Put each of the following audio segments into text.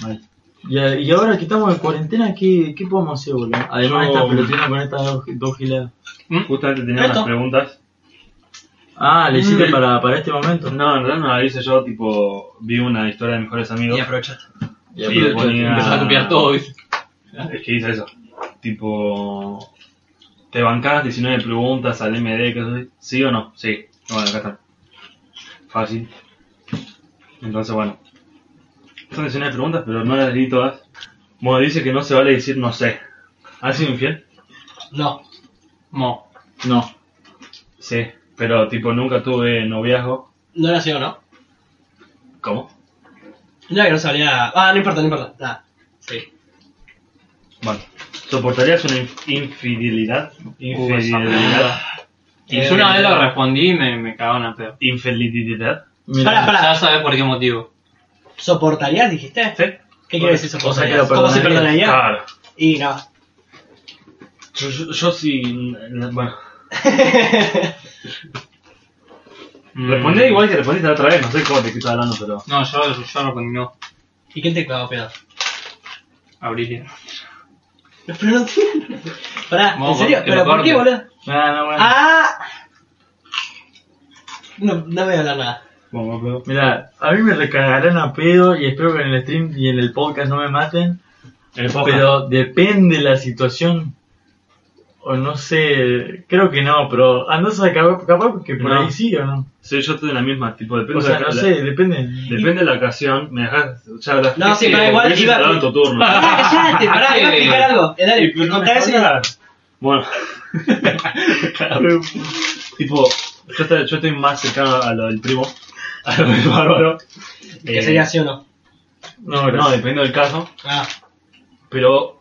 Vale. Y ahora que estamos en cuarentena, ¿qué podemos hacer, boludo? Además de estar peloteando con estas dos giladas. Justamente tenía unas preguntas. Ah, ¿le hiciste para este momento? No, en realidad no la hice yo, tipo, vi una historia de mejores amigos. Y aprovechaste. Y ponía... Empezás a copiar todo, ¿viste? Es que dice eso. Tipo, te bancás 19 preguntas al MD, que ¿sí o no? Sí. Bueno, acá está. Fácil. Entonces, bueno. Son 19 preguntas, pero no las leí todas. Bueno, dice que no se vale decir no sé. ¿Has sido infiel? No. No. No. Sí, pero tipo nunca tuve noviazgo. ¿No era así o no? ¿Cómo? Ya que no salía... Ah, no importa. Nada. Sí. Bueno, ¿soportarías una infidelidad? Infidelidad. Yo una vez lo respondí y me cagaron a pedo. Infidelidad. Mira, Pará. Ya sabes por qué motivo. ¿Soportarías, dijiste? ¿Sí? ¿Qué quiere decir O sea, soportarías? que lo ¿Cómo se perdonarías. perdonaría? Claro. Y no. Yo sí... Bueno. Respondí igual que respondiste la otra vez, no sé cómo te estás hablando, pero... No, yo respondí no. ¿Y quién te clavó pedo? Abrilia. Pero no tiene... Pará, ¿en Vamos, serio? que ¿Pero lo por qué, corte. boludo? no, bueno. ¡Ah! No voy a hablar nada. Vamos, pero... Mira, a mí me recagarán a pedo y espero que en el stream y en el podcast no me maten. Pero depende la situación. O no sé, creo que no, pero andás a capaz que por No. ahí sí o no. Sí, yo estoy en la misma, tipo, depende O sea, de no la, sé, depende. depende de la ocasión, me dejas ya hablar. No, sí, pero igual hubieses iba- hablado en tu turno. Pará, callate, pará, iba a explicar algo. Dale, Y, pero no contá me eso. jodas. Bueno, tipo, yo estoy más cercano a lo del primo, a lo del bárbaro. Que sería así o no. No, No, depende del caso, Ah, pero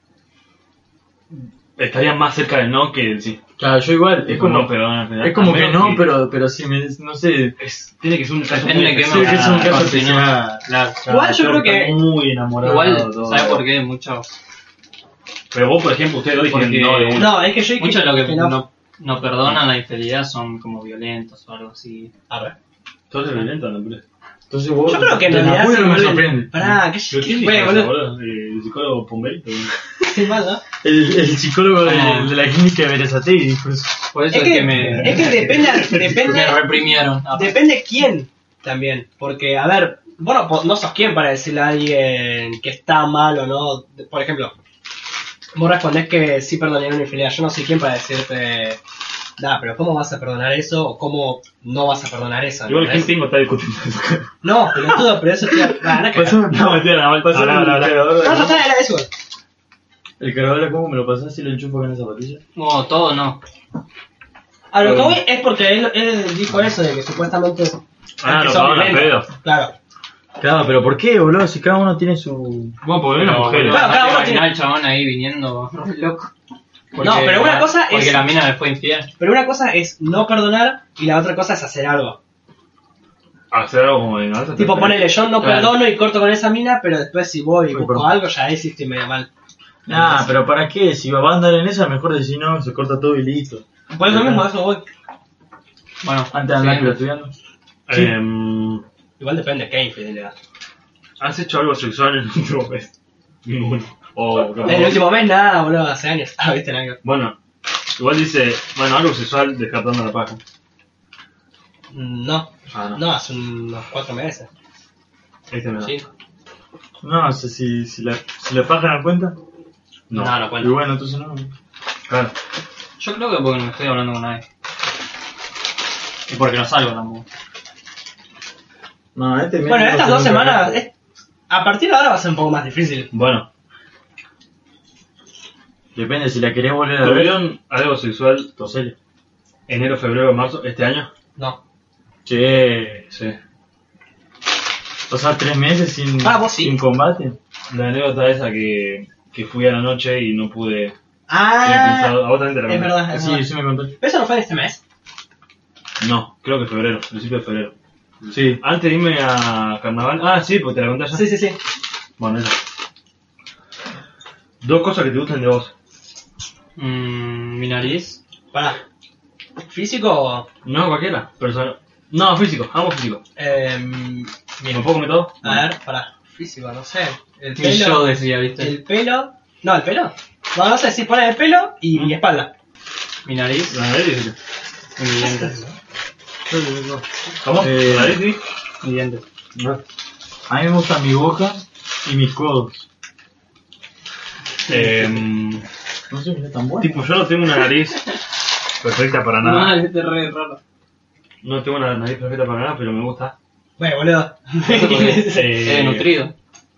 estaría más cerca del no que del sí. Claro, yo igual, es como, no, perdón, es como a que menos no, pero si me, no sé, tiene que ser un caso Depende muy de qué sí, que es un caso si no, especial. claro. Igual yo creo que- muy enamorado. Igual, todo. ¿sabes por qué? Mucho Pero vos, por ejemplo, ustedes dos dijeron Porque- no de uno. no, es que yo mucho de lo que no. no perdonan la infidelidad son como violentos o algo así. A ver. Todos se violentan, ¿no? Pero Entonces vos, Yo creo que en de realidad Napoleón se no me vuelven- sorprende. Pará, ¿qué ¿quién dijo Bueno, eso, boludo. boludo? ¿El psicólogo Pomberito? Sí, mal, ¿no? El psicólogo Ah. de la clínica de Berazategui dijo eso. Por eso Es es que, que me depende reprimieron. depende quién también. Porque, a ver, bueno, no sos quién para decirle a alguien que está mal o no. Por ejemplo, vos respondés que sí perdonaría una infidelidad. Yo no soy quién para decirte, nah, pero ¿cómo vas a perdonar eso? O ¿cómo no vas a perdonar eso? Igual ¿entendés? ¿quién tengo está discutiendo eso? No, pelotudo, pero eso te no, Pasame- No, mentira, nada más. pasame el cargador de no, la- era eso. El cargador de cómo me lo pasás y lo enchufo con esa zapatilla. No, todo no. A lo que voy es porque él dijo eso de que supuestamente... Ah, que lo son pagaron a violentos. pedo. Claro. Claro, pero ¿por qué, boludo? Si cada uno tiene su... Bueno, porque Pero, una mujer. boludo, Claro, cada uno imaginá tiene- el chabón ahí viniendo loco. No, pero una cosa porque es- la mina le fue infiel. Pero una cosa es no perdonar y la otra cosa es hacer algo. Hacer algo como venganza. Tipo, ponele, yo no Claro. perdono y corto con esa mina, pero después si voy y Fue busco por- algo, ya ahí sí estoy medio mal. Nah, pero ¿para qué? Si va a andar en esa, mejor decir no, se corta todo y listo. Por eso mismo, a eso voy. Bueno, Antes de andar sí. pelotudeando. Igual depende de qué infidelidad. ¿Has hecho algo sexual en el último mes? Ninguno. O, En el último mes nada, boludo, hace años. Ah, viste, nada. Bueno, igual dice, bueno, algo sexual descartando la paja. No, Ah, no. no, hace unos 4 meses. Este me da. Sí. No, o sea, si la paja no cuenta. No. No Y cuenta. bueno, entonces no. Claro. Yo creo que porque no estoy hablando con nadie. Y porque no salgo tampoco. No, este mes Bueno, no estas se 2 nunca semanas, cuenta. a partir de ahora va a ser un poco más difícil. Bueno, Depende, si la querés volver a ver. ¿tuvieron algo sexual Tosele. enero, febrero, marzo este año? No. Che, Sí. pasar 3 meses sin, Vos sí. sin combate. La anécdota esa que fui a la noche y no pude... Ah, a vos también te la es conté. verdad, es Sí, verdad. sí me contó. ¿Pero eso no fue en este mes? No, creo que febrero, principio de febrero. Sí. Antes de irme a carnaval... Ah, sí, pues te la conté ya. Sí, sí, sí. Bueno, eso. 2 cosas que te gustan de vos. Mi nariz. Pará. ¿Físico o...? No, cualquiera. Persona. No, físico, amo físico. Bien. ¿Me puedo comer todo? A ver, pará. Físico, no sé. El Y yo pelo. decía, ¿viste? El pelo. No, el pelo. No, no sé si pone el pelo y mi espalda. Mi nariz La nariz. y mis dientes. ¿Cómo? Eh, ¿La nariz, sí? Mis dientes. No. A mí me gustan mi boca y mis codos. No sé, no es tan bueno. Tipo, yo no tengo una nariz perfecta para nada. No, este es re raro. No tengo una nariz perfecta para nada, pero me gusta. Bueno, boludo. Es nutrido.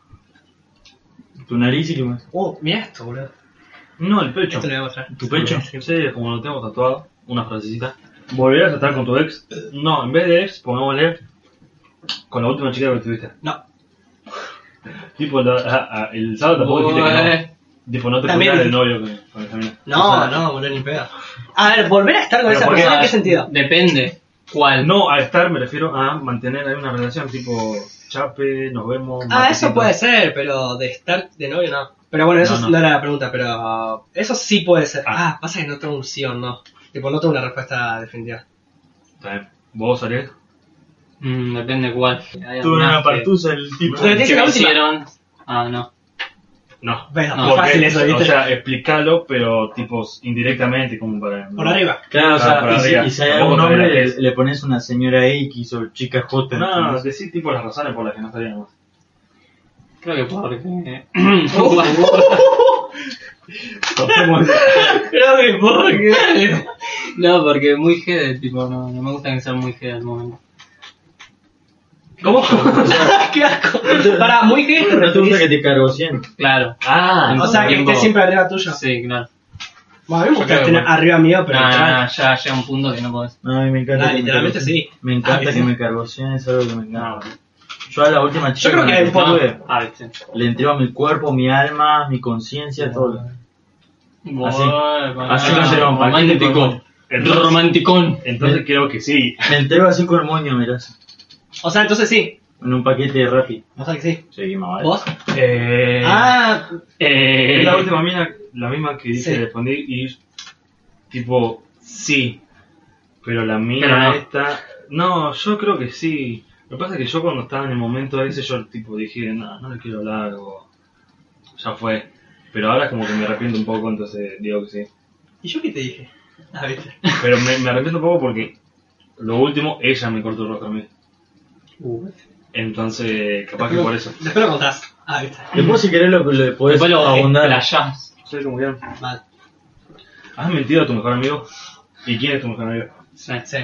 Tu nariz y qué más. Mira esto, boludo. No, el pecho. Esto le voy a mostrar. ¿Tu pecho? Sí, como lo tengo tatuado, una frasecita. ¿Volverías a estar con tu ex? No, en vez de ex, pongámosle con la última chica que tuviste. No. Tipo, el sábado tampoco dijiste que no. Tipo, no te También ponías de dije- novio con esa mina. No, no, boludo, ni pedo. A ver, volver a estar con Pero esa ¿por qué? persona, ¿en qué sentido? Depende. ¿Cuál? No, a estar me refiero a mantener ahí una relación tipo chape, nos vemos. Ah, eso matecito. puede ser, pero de estar de novio no. Pero bueno, eso No. no era la pregunta, pero eso sí puede ser. Ah. Pasa que no tengo un sí o no. Tipo, no tengo una respuesta definitiva. Está bien. ¿Vos, Ariel? Depende cuál. Hay Tuve algunas una partusa el tipo. Pero que dice me la última. hicieron. Ah, no. No. Bueno, No, muy fácil eso, ¿viste? O sea, explícalo, pero tipo indirectamente, como para. Por arriba. Claro, o sea, para y arriba. si hay Tampoco algún te nombre relajes. le pones una señora X o chica J. No, ¿entendés? decí tipo las razones por las que no estarían más. Creo que porque. Creo que porque. No, porque muy jede, tipo, no me gusta que sea muy jede al momento. ¿Cómo? ¡Qué asco! Para, muy que ¿No te gusta que te cargo 100? Claro. Ah, O sea, que esté siempre arriba tuyo. Sí, claro. Bueno, a mí me Yo gusta creo que tener bueno. arriba mío, pero No, literal. ya llega un punto que no podés. No, a mí me encanta. Ah, que me literalmente cargoceen. sí. Me encanta Ah, que sí. me cargoceen, es algo que me encanta. Yo a la última chica creo con que la hay un poco- estuve, Ah, viste. le entrego mi cuerpo, mi alma, mi conciencia, todo. Así no se va, Romántico. Entonces- Romanticón. Entonces creo que sí. Me entrego así con el moño, mirá. O sea, entonces sí. En un paquete de Rappi. O sea que sí. Seguimos, ¿vale? ¿Vos? Es Ah, la última mina, la misma que dije, Sí. respondí y tipo, sí. Pero la mina Pero no. esta, no, yo creo que sí. Lo que pasa es que yo cuando estaba en el momento ese, yo tipo dije, no le quiero hablar o ya fue. Pero ahora como que me arrepiento un poco, entonces digo que sí. ¿y yo qué te dije? Ah, viste. Pero me arrepiento un poco porque lo último, ella me cortó el rostro a mí. Entonces, capaz que por eso. Después lo contás. Ah, viste. Después si querés le podés Después lo abundar. explayás. Soy como que, Vale. ¿has mentido a tu mejor amigo? ¿Y quién es tu mejor amigo? Sí. Sí.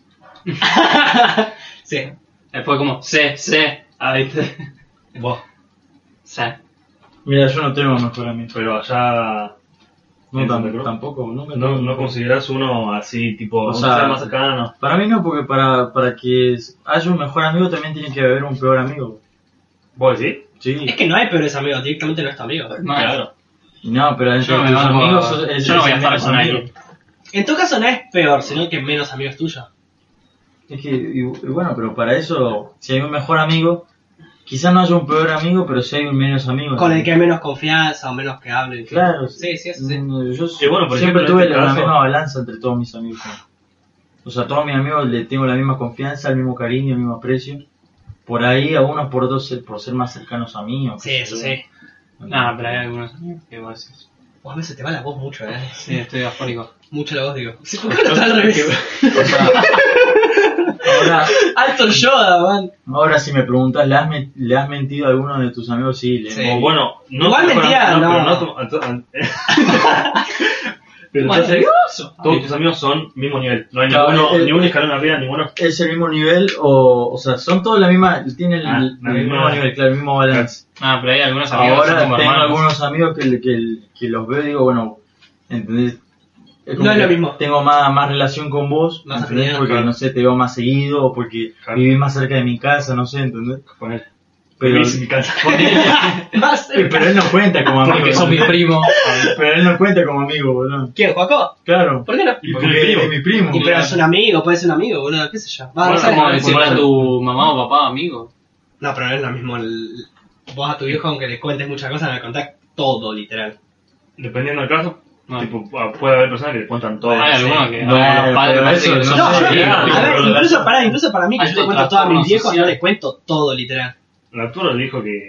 Sí. Después como, sí. Ah, viste. Vos. Sí. Mira, yo no tengo mejor amigo. Pero allá No, ¿En Santa Cruz? tampoco, nunca. no considerás uno así, tipo, O un sea, ser más cercano. Para mí no, porque para que haya un mejor amigo también tiene que haber un peor amigo. ¿Vos decís? Sí. Es que no hay peores amigos, directamente no es tu amigo. Claro. No, pero entre Yo no me tus banco- amigos yo no voy a el estar menos con amigo. alguien. En tu caso no es peor, sino que menos amigos tuyos. Es que, y bueno, pero para eso, si hay un mejor amigo, quizás no haya un peor amigo, pero si hay un menos amigo. Con el que hay menos confianza o menos que hable. Claro. Sí, sí, eso sí. Yo Y bueno, por siempre ejemplo, en tuve este la caso- misma balanza entre todos mis amigos. O sea, a todos mis amigos les tengo la misma confianza, el mismo cariño, el mismo aprecio. Por ahí a unos por otros por ser más cercanos a mí. o Sí, qué eso sé yo. sí. No, pero hay algunos amigos que vos decís. Vos a veces te va la voz mucho, Sí, estoy afónico. Mucho la voz, digo. Sí, ¿por qué no está al revés? O sea, Alto Yoda, man. ahora si me preguntas, ¿le has mentido a alguno de tus amigos? Sí, le Sí. O bueno, no Igual tu mejor mentira, amigo, no. pero no pero Más entonces, nervioso. todos tus amigos son mismo nivel. No hay Claro, ninguno, el- ni un escalón arriba, ninguno. ¿Es el mismo nivel o sea, son todos la misma, tienen Ah, el la mismo misma- nivel, claro, el mismo balance? Ah, pero hay algunos amigos que Ahora son como tengo hermanos. algunos amigos que los veo y digo, bueno, ¿entendés? Como No es que lo mismo. Tengo más relación con vos, Más ¿entendés? afinidad, Porque, claro. no sé, te veo más seguido o porque Claro. vivís más cerca de mi casa, no sé, ¿entendés? Con él. Pero, Vivís en mi casa. Más pero él no cuenta como amigo. Porque son mis primos. Pero él no cuenta como amigo, boludo. ¿Quién, Juaco? Claro. ¿Por qué no? Y Porque mi primo. es mi primo. Y pero es un amigo, puede ser un amigo, boludo, qué sé yo. Va, Bueno, no sé. Como como decirle a decirle tu mamá o papá, amigo. No, pero no es lo mismo. Vos a tu viejo, aunque le cuentes muchas cosas, le contás todo, literal. Dependiendo del caso, No. tipo, puede haber personas que te cuentan todo. Hay algunos que Bueno, a los padres pero parece eso que no son No, sé, yo, claro. a ver, incluso para mí, que Hay yo le otro cuento todo a mis trastorno viejos, no social. les cuento todo, literal. Arturo dijo que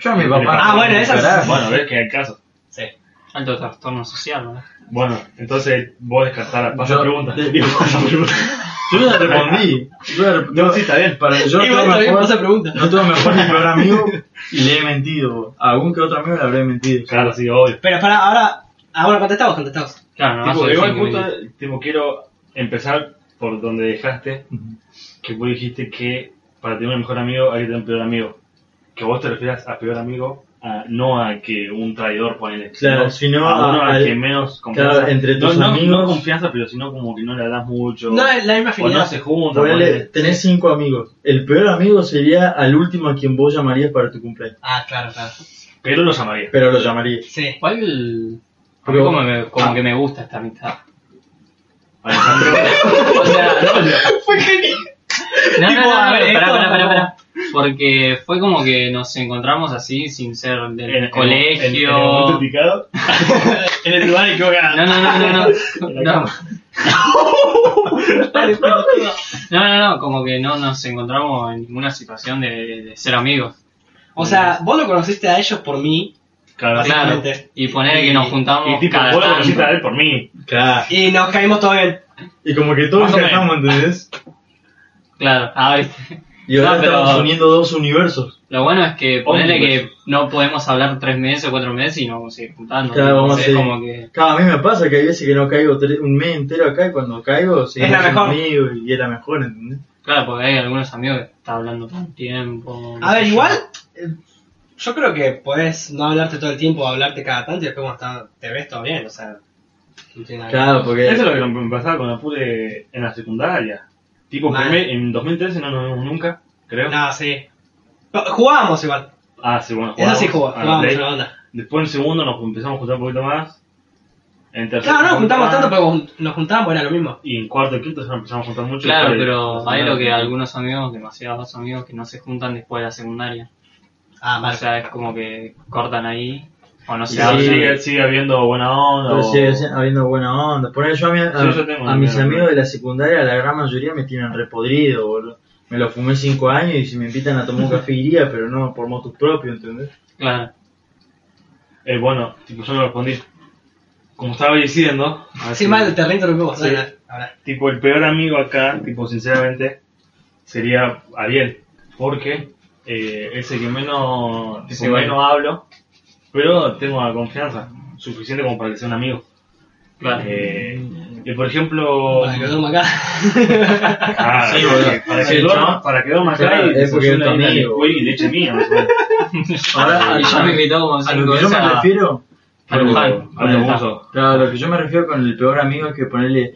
Yo a mi papá. Ah, bueno, esa es- Bueno, ves que hay casos. Sí. Alto trastorno social, ¿no? Bueno, entonces vos descartar. Pasa Yo- pregunta. de- Digo, pasa pregunta. Yo ya respondí. No, sí, está bien. Yo no Igual tengo también mejor, pasa pregunta. no tengo mejor ni peor amigo y le he mentido. A algún que otro amigo le habré mentido. Claro, sí, obvio. Pero para ahora. Ah, bueno, contestamos. Claro, no Tipo, vas a igual decir que justo, tipo, quiero empezar por donde dejaste, que vos dijiste que para tener un mejor amigo hay que tener un peor amigo. Que vos te refieras a peor amigo, no a que un traidor ponele, Claro, sino a uno al al- que menos confianza. claro, entre tus no, amigos. no confianza, pero sino como que no le das mucho. No es la misma o afinidad. no se juntan. Ponele, ponele. tenés 5 amigos. El peor amigo sería al último a quien vos llamarías para tu cumpleaños. Ah, claro, claro. Pero lo llamaría. Pero lo llamarías. Sí. Igual, a mí Pero- como que me gusta esta amistad. Alejandro. O sea, Fue genial. no, Tipo, a ver, esto pará. Porque fue como que nos encontramos así sin ser del En el colegio. momento indicado. En el lugar equivocado. No. No, como que no nos encontramos en ninguna situación de ser amigos. O sea, vos lo conociste a ellos por mí. Claro, Claro, Básicamente. y poner que nos juntamos y tipo, cada vos lo conociste a tanto. él por mí. Claro. Y nos caímos todo bien. Y como que todos Más o menos. encajamos, ¿entendés? Claro, ¿viste? Y ahora No, pero- estamos uniendo dos universos. Lo bueno es que ponerle Hombre. que no podemos hablar 3 meses o 4 meses y nos vamos a seguir juntando. Claro, vamos a Es seguir. como que... Claro, a mí me pasa que hay veces que no caigo un mes entero acá y cuando caigo seguimos la mejor. siendo amigos y es la mejor, ¿entendés? Claro, porque hay algunos amigos que están hablando todo el tiempo. no A ver, sé yo. igual. Yo creo que podés no hablarte todo el tiempo, hablarte cada tanto y después cuando te ves todo bien. O sea, no tiene nada que ver. Claro, porque... Eso es lo que me pasaba con Apure en la secundaria. Tipo, Mal. en 2013 no nos vimos nunca, creo. No, sí. Jugábamos igual. Ah, sí, bueno, Eso sí jugábamos a la jugábamos Play. una onda. Después en segundo nos empezamos a juntar un poquito más. En tercero Claro, no nos juntamos más. tanto, pero nos juntábamos, era lo mismo. Y en cuarto y quinto ya nos empezamos a juntar mucho. Claro, Después- pero hay lo que algunos amigos, demasiados amigos, que no se juntan después de la secundaria. Ah, O mal. sea, es como que cortan ahí o no se Pero hablan. sigue habiendo buena onda. Pero o- sigue habiendo buena onda. Por ahí yo yo tengo a mis una- amigos de la secundaria, la gran mayoría me tienen repodrido, boludo. Me lo fumé 5 años y si me invitan a tomar un café iría, pero no por motus propios, ¿entendés? Claro. Bueno, tipo, yo no respondí. Como estaba diciendo, a ver Sí, si- mal, te reinterrumpimos. Sí. Dale, ahora. tipo, el peor amigo acá, tipo, sinceramente, sería Ariel. Porque es el que menos, tipo, Sí, bueno. menos hablo, pero tengo la confianza suficiente como para que sea un amigo. Claro. Y por ejemplo, Para que duerma acá. ah, Sí, boludo. para Sí, que duerma, ¿no? para que duerma acá Claro, y es porque es tu desayune ahí amigo. y leche mía. ¿no? Ahora, Y ya me invitó como a 5 lo que yo veces me refiero, al Luján. Algo claro, lo que yo me refiero con el peor amigo es que ponerle,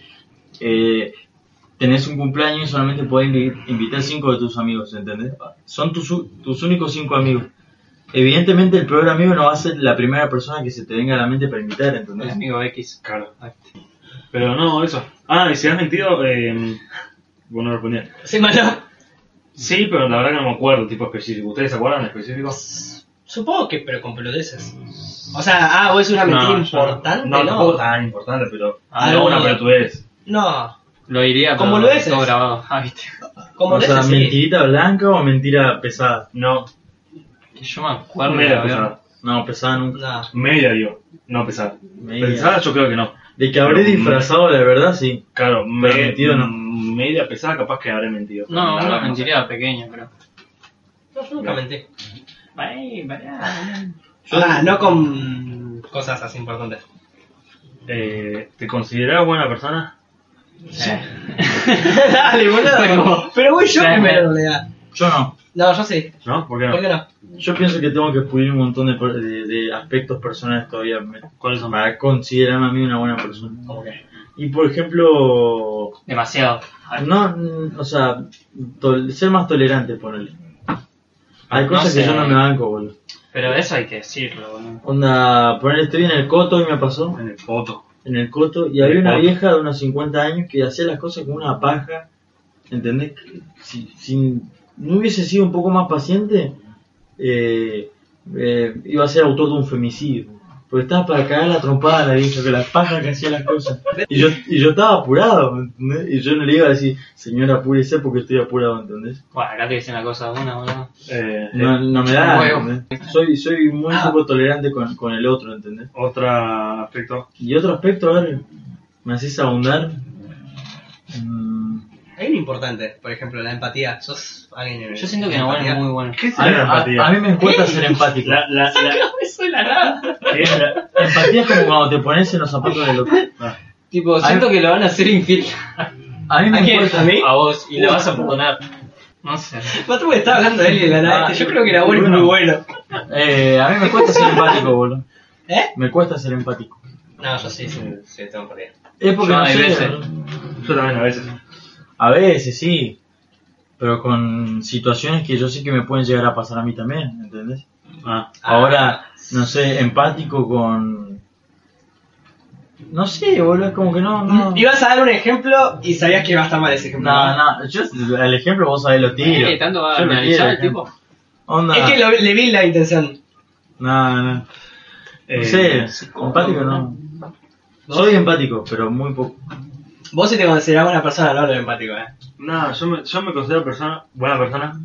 tenés un cumpleaños y solamente podés invitar 5 de tus amigos, ¿entendés? Son tus únicos 5 amigos. Evidentemente el peor amigo no va a ser la primera persona que se te venga a la mente para invitar, El ¿entendés? amigo X. Claro. Pero no, eso. Ah, y si has mentido, bueno, no respondía. Sí, malo. Sí, pero la verdad que no me acuerdo, tipo específico. ¿Ustedes se acuerdan en específico? Supongo que, pero con pelotudeces. O sea, vos decís una mentira No, importante, No, ¿no? tampoco tan importante, pero Algo- no una pelotudez. No, Lo diría Como pero lo es. todo grabado. Ah, ¿viste? como O sea, pelotuces, sí. mentirita blanca o mentira pesada. No, Que yo me acuerdo de media haber... pesada. No, pesada nunca. No. Media digo, no pesada. Media. Pesada yo creo que no. De que habré Pero- disfrazado la verdad, sí. Claro, mentido no. Media pesada capaz que habré mentido. No, La una verdad, mentiría pequeña, creo. No, yo nunca mentí. No con cosas así importantes. ¿Te considerás buena persona? Dale, boludo. Pero voy yo Sí. primero, en realidad. Yo no. No, yo sí. ¿No? ¿Por qué no? ¿Por qué no? Yo pienso que tengo que pulir un montón de aspectos personales todavía ¿Cuáles son? para considerarme a mí una buena persona. ¿Cómo que? Y por ejemplo, Demasiado. o sea, ser más tolerante, ponerle. Hay No cosas sé. que yo no me banco, boludo. Pero eso hay que decirlo, boludo. Onda, ponerle, estoy en el coto y me pasó, En el foto. en el coto, y había una vieja de unos 50 años que hacía las cosas con una paja, ¿entendés? Si no hubiese sido un poco más paciente, iba a ser autor de un femicidio. Porque estaba para cagar la trompada a la vieja, que la paja que hacía las cosas. Y yo estaba apurado, ¿entendés? Y yo no le iba a decir, señora, apúrese porque estoy apurado, ¿entendés? Bueno, acá te dicen la cosa de una, boludo. No me da, Huevo. ¿entendés? Soy muy poco tolerante con el otro, ¿entendés? Otro aspecto. Y otro aspecto, a ver, me haces abundar. Hay un importante, por ejemplo, la empatía. Sos alguien. Yo siento que Nahuel es muy bueno. ¿Qué es A mí, la empatía? a mí me cuesta ser empático. Eso de la nada. ¿Qué es la- Empatía es como cuando te pones en los zapatos del otro. Tipo, siento que lo van a hacer infiel A mí me ¿A quién? cuesta. ¿A mí? a vos y le vas a perdonar. No sé. Vos tú me estabas hablando de él y de la nada. Yo creo que era bueno y muy bueno. A mí me cuesta ser empático, boludo. ¿Eh? Me cuesta ser empático. No, yo sí tengo empatía. Es porque Yo no hay sé. veces. Yo también a veces. A veces sí. Pero con situaciones que yo sé que me pueden llegar a pasar a mí también, ¿entendés? Ahora, no sé, empático con... No sé, boludo, es como que no... Ibas a dar un ejemplo y sabías que iba a estar mal ese ejemplo. No, yo el ejemplo vos sabés lo tiro. ¿Qué tanto va a Yo lo analizar el tiro, tipo? Onda. Es que le vi la intención. No sé, empático no. Soy empático, pero muy poco. Vos si te considerás una persona, no lo empático, No, yo me considero buena persona,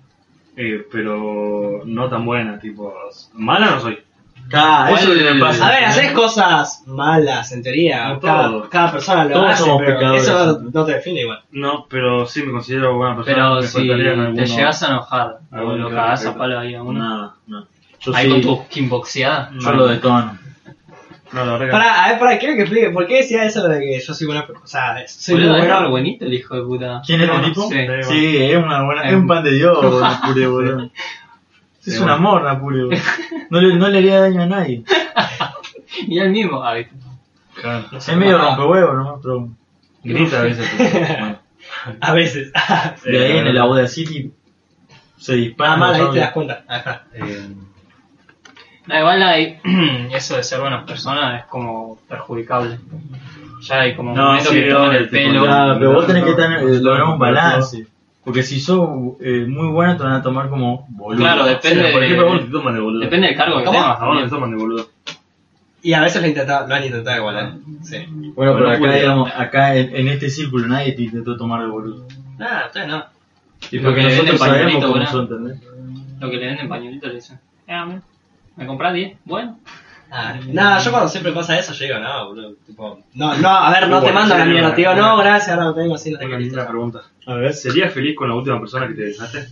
pero no tan buena, tipo, mala no soy. Eso es lo que me pasa. A ver, haces cosas malas, en teoría. No cada, todos. cada persona lo Todos hace, somos pero pecadores. eso no te define igual. No, pero sí me considero buena persona. Pero me si faltarían te algunos- llegas a enojar o algunos lo cagás a defectos. palo ahí a uno. No. Yo Ahí sí, con tu kickboxeada. yo lo detono. No, la verdad Para, quiero que explique, ¿por qué decía eso de que yo soy buena persona? O sea, soy muy Boludo, es re bueno. buenito el hijo de puta. ¿Quién es No, el tipo? sí. Sí, es una buena, es un pan de Dios, boludo, Napure, boludo. Es un bueno. amor, Napure, boludo. No le haría daño a nadie. Y él mismo, ah, ¿viste? Claro. Es medio rompehuevos, ¿no? Pero Grita a veces. pero, bueno. A veces. de ahí en el Audacity se dispara. mal, ahí te das cuenta. Ahí está. No, igual hay, eso de ser buenas personas es como perjudicable. Ya hay como un No, momento sí, que te toman el tipo, pelo. Ya, pero vos tenés que lograr un No, balance. Porque si sos muy bueno, te van a tomar como boludo. Claro, depende Por ejemplo, a vos de, te toman de boludo. depende del cargo que ¿Cómo? tengas. A vos te también. toman de boludo. Y a veces lo han intentado igual, Sí. Bueno, pero Bueno, acá, pues, digamos, acá en este círculo nadie te intentó tomar de boludo. Nada, ustedes no. Y Lo porque que le nosotros venden sabemos pañuelito, cómo boludo. son, ¿entendés? Lo que le venden pañuelitos le dicen, ¿me compras 10? Bueno. No, yo cuando siempre pasa eso, yo digo, no, boludo. Tipo, no, a ver, no te Bueno, mando a la sí, mierda. Te digo, bueno. no, gracias, ahora no tengo, así no tengo Una listo. linda pregunta. A ver. ¿Serías feliz con la última persona que te besaste?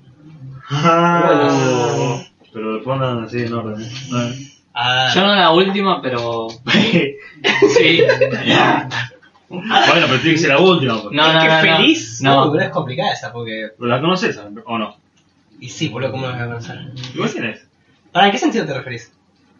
Ah, Pero respondan así en orden. Yo no la última, pero... sí. Bueno, pero tiene que ser la última. Pues. No, no, Es que no. feliz, No. boludo, es complicada esa, porque... ¿Pero la conoces o no? Y sí, boludo, ¿cómo me voy a conocer? ¿Y vos quién es? ¿Para en qué sentido te referís?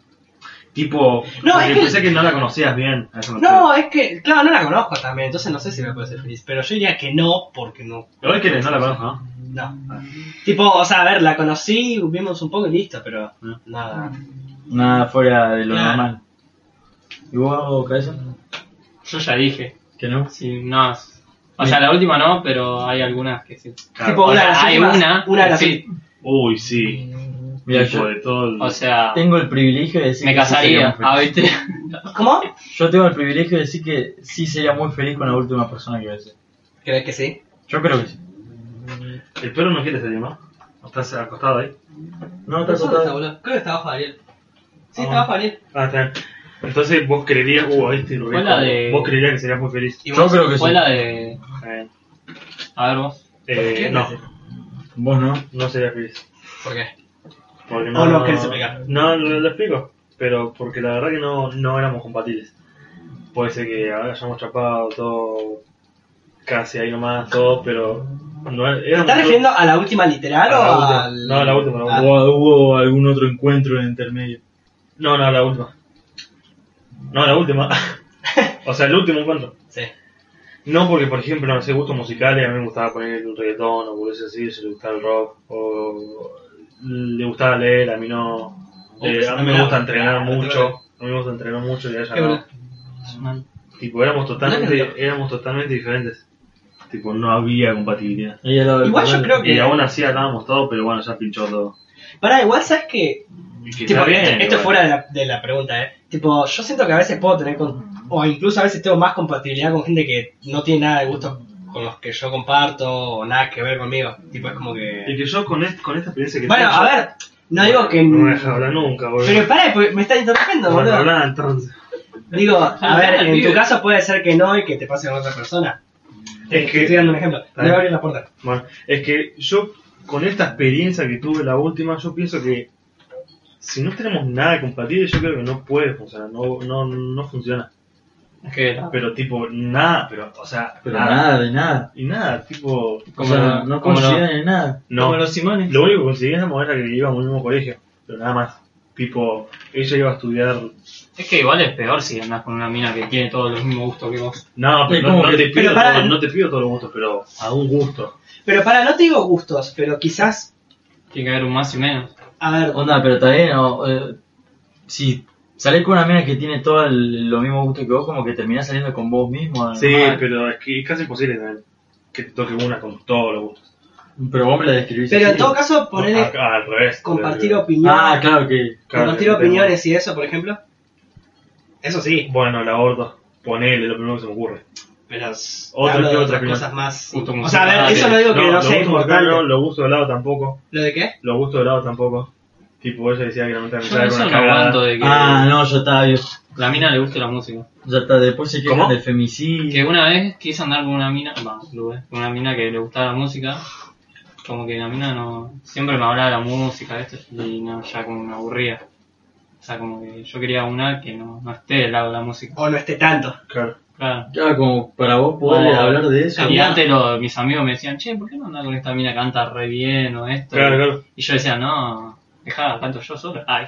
Tipo, No, porque es que- pensé que no la conocías bien. A eso me No, es que, claro, no la conozco también, entonces no sé si me puede ser feliz. Pero yo diría que no, porque no. Igual que no la conozco, ¿no? No. Tipo, o sea, a ver, la conocí, vimos un poco y listo, pero No. nada. nada fuera de lo Claro. normal. ¿Y vos, Cabeza? Yo ya dije. ¿Que no? Sí, no. O sea, la última no, pero hay algunas que sí. Claro. Tipo, O una de sea, las hay últimas, una de las sí. Uy, sí. Mira, Tipo yo de todo el... O sea, tengo el privilegio de decir me que sí sería casaría. muy Ah, feliz. ¿viste? ¿Cómo? Yo tengo el privilegio de decir que sí sería muy feliz con la última persona que besé. ¿Crees que sí? Yo creo que sí. El perro no quiere salir, ¿no? ¿Estás acostado ahí? No, está ¿Dónde acostado. boludo? Creo que está abajo de Ariel. Sí, Ah. está abajo de Ariel. Ah, está bien. Entonces vos creerías... ahí estoy Fue la de- Vos creerías que serías muy feliz. ¿Y Yo vos? creo que Fue sí. la de... Está bien. A ver vos. qué? No, Vos no. no sería feliz. ¿Por qué? Porque ¿O no querés explicar? No, lo explico. Pero porque la verdad que no éramos compatibles. Puede ser que hayamos chapado todo, casi ahí nomás, todo, pero... No, ¿Te estás refiriendo a la última literal o a al...? No, la última, la última. ¿Hubo algún otro encuentro en intermedio? No, la última. No, la última. O sea, el último encuentro. Sí. No, porque por ejemplo, no sé, gustos musicales, a mí me gustaba poner un reggaetón o cosas así, si le gustaba el rock, o le gustaba leer, a mí no. A mí me gusta entrenar mucho, a mí me gusta entrenar mucho y a ella Qué no. bueno. Tipo, éramos totalmente diferentes. Tipo, no había compatibilidad. Igual Igual yo creo Y que... aún así hablábamos todo, pero bueno, ya pinchó todo. Pará, igual sabes que Y que Tipo, está bien, esto igual. fuera de la pregunta, Tipo, yo siento que a veces puedo tener, o incluso a veces tengo más compatibilidad con gente que no tiene nada de gusto con los que yo comparto, o nada que ver conmigo. Tipo, es como Y que... que yo con esta experiencia que Bueno, tengo, a ver, no digo que... no me deja hablar nunca, boludo. Pero para, porque me estás interrumpiendo, Bueno, boludo. habla entonces. Digo, a ver, en tu Pibe. caso puede ser que no y que te pase con otra persona. Es que- Te estoy dando un ejemplo. Me voy a abrir la puerta. Bueno, es que yo, con esta experiencia que tuve la última, yo pienso que si no tenemos nada compatible, yo creo que no puede funcionar, no funciona. Es que la- Pero tipo, nada, pero, o sea, Pero nada de nada. Y nada, tipo, O sea, no como coinciden en nada. no. como los Simones. Lo único que conseguíamos era que íbamos al mismo colegio, pero nada más. Tipo, ella iba a estudiar. Es que igual es peor si andás con una mina que tiene todos los mismos gustos que vos. No, pero Es no, como no que- te pido pero para- todo, no te pido todos los gustos, pero a un gusto. Pero para, no te digo gustos, pero quizás, Tiene que haber un más y menos. a ver, Onda, pero también, si salís con una mina que tiene todo lo mismo gusto que vos, como que terminás saliendo con vos mismo. Sí, normal. pero es que es casi imposible también que te toque una con todos los gustos. Pero vos me la describís pero en así. todo caso, ponerle Al revés. compartir Pero- opiniones, Ah, claro que... claro, compartir que opiniones y eso, por ejemplo. Eso sí, Bueno, el aborto, ponele lo primero que se me ocurre. pero Otra- hablo ¿qué de otra otras opinión? cosas más. Gustos O sea, a ver, eso no digo que no los sea gustos importante. no, los gustos de lado tampoco. ¿Lo de qué? Los gustos de lado tampoco. Tipo, ella decía que la mitad de Yo era eso una no cagada. aguanto de que Ah, no, ya está, la mina le guste la música. ya está. Después se quejan ¿Cómo? del femicidio. Que una vez quise andar con una mina, con una mina que le gustaba la música, como que la mina no, siempre me hablaba de la música, ¿viste? Y no, ya como me aburría. O sea, como que yo quería una que no esté del lado de la música. O no esté tanto. Claro. Claro. Claro, como para vos poder O- hablar de eso. Y antes mis amigos me decían, che, ¿por qué no andás con esta mina que canta re bien o esto? Claro, claro. Y yo decía, no, dejá, canto yo solo. Ay.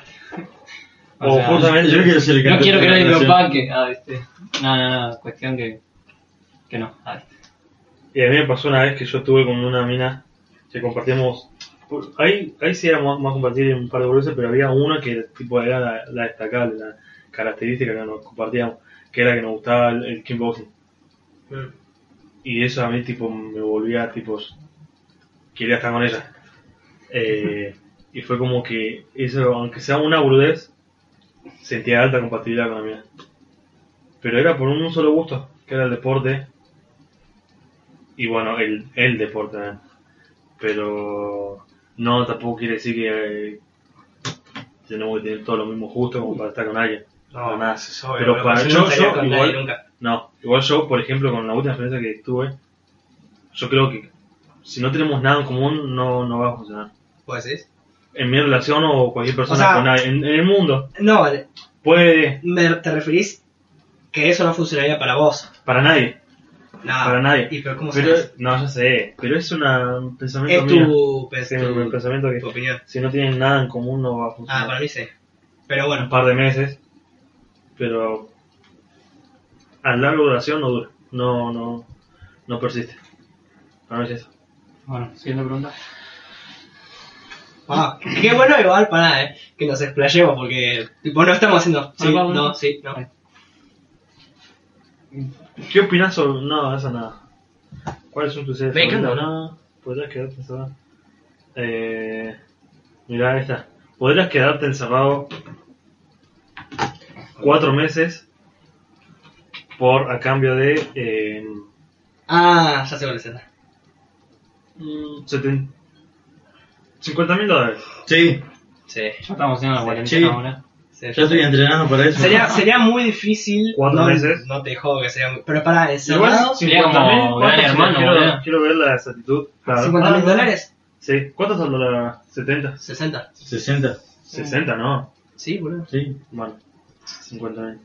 O justamente- Yo quiero ser el no cantante quiero que de nadie la me canción. opaque. Ah, ¿viste? No, cuestión que no. Ay. Y a mí me pasó una vez que yo estuve con una mina que compartíamos. Ahí sí era más compartir un par de boludeces, pero había una que tipo era la destacable, la característica que nos compartíamos, que era que nos gustaba el kickboxing. Y eso a mí tipo me volvía tipo quería estar con ella. Y fue como que eso, aunque sea una boludez, sentía alta compatibilidad con la mía. Pero era por un solo gusto, que era el deporte. Y bueno, el deporte también. Pero no, tampoco quiere decir que tenemos que tener todos los mismos gustos como para estar con alguien. No, nada. Pero para yo igual, no, igual yo, por ejemplo, con la última experiencia que tuve, yo creo que si no tenemos nada en común no va a funcionar. ¿Vos decís? En mi relación o cualquier persona O sea, con nadie, en el mundo, No, puede, te referís que eso no funcionaría para vos. para nadie, Nada. para nadie. ¿Y pero cómo Pero, sabes? no, ya sé, pero es un pensamiento Es mío. tu, Sí, un pensamiento que tu opinión. si no tienen nada en común no va a funcionar. Ah, para mí sí. Pero Un bueno, par de meses, pero a larga duración no dura, no persiste. Para mí es eso. Bueno, siguiente pregunta. ah, qué bueno igual para que nos explayemos porque tipo no estamos haciendo sí, Vamos, no, vamos. sí, no. ¿Qué opinas sobre.? No, eso nada. ¿Cuáles son tus series Me encanta, favoritas? No, podrías quedarte encerrado. Mirá esta. Podrías quedarte encerrado 4 meses a cambio de Ah, ya sé cuál es esa. $50,000. Sí, Sí. Ya estamos haciendo la Sí. cuarentena Sí. ahora. Sí, ya estoy entrenando para eso. sería muy difícil. 4 no, meses. No te jodo que sería muy... Pero para Igual, encerrado, Sería como 50.000, Gran ¿cuánto Hermano, sería? boludo. Quiero ver la exactitud. Claro. $50,000. Sí. ¿Cuántos son dólares? 70. 60. 60, 60, ¿no? Sí, boludo. sí. Bueno, 50.000.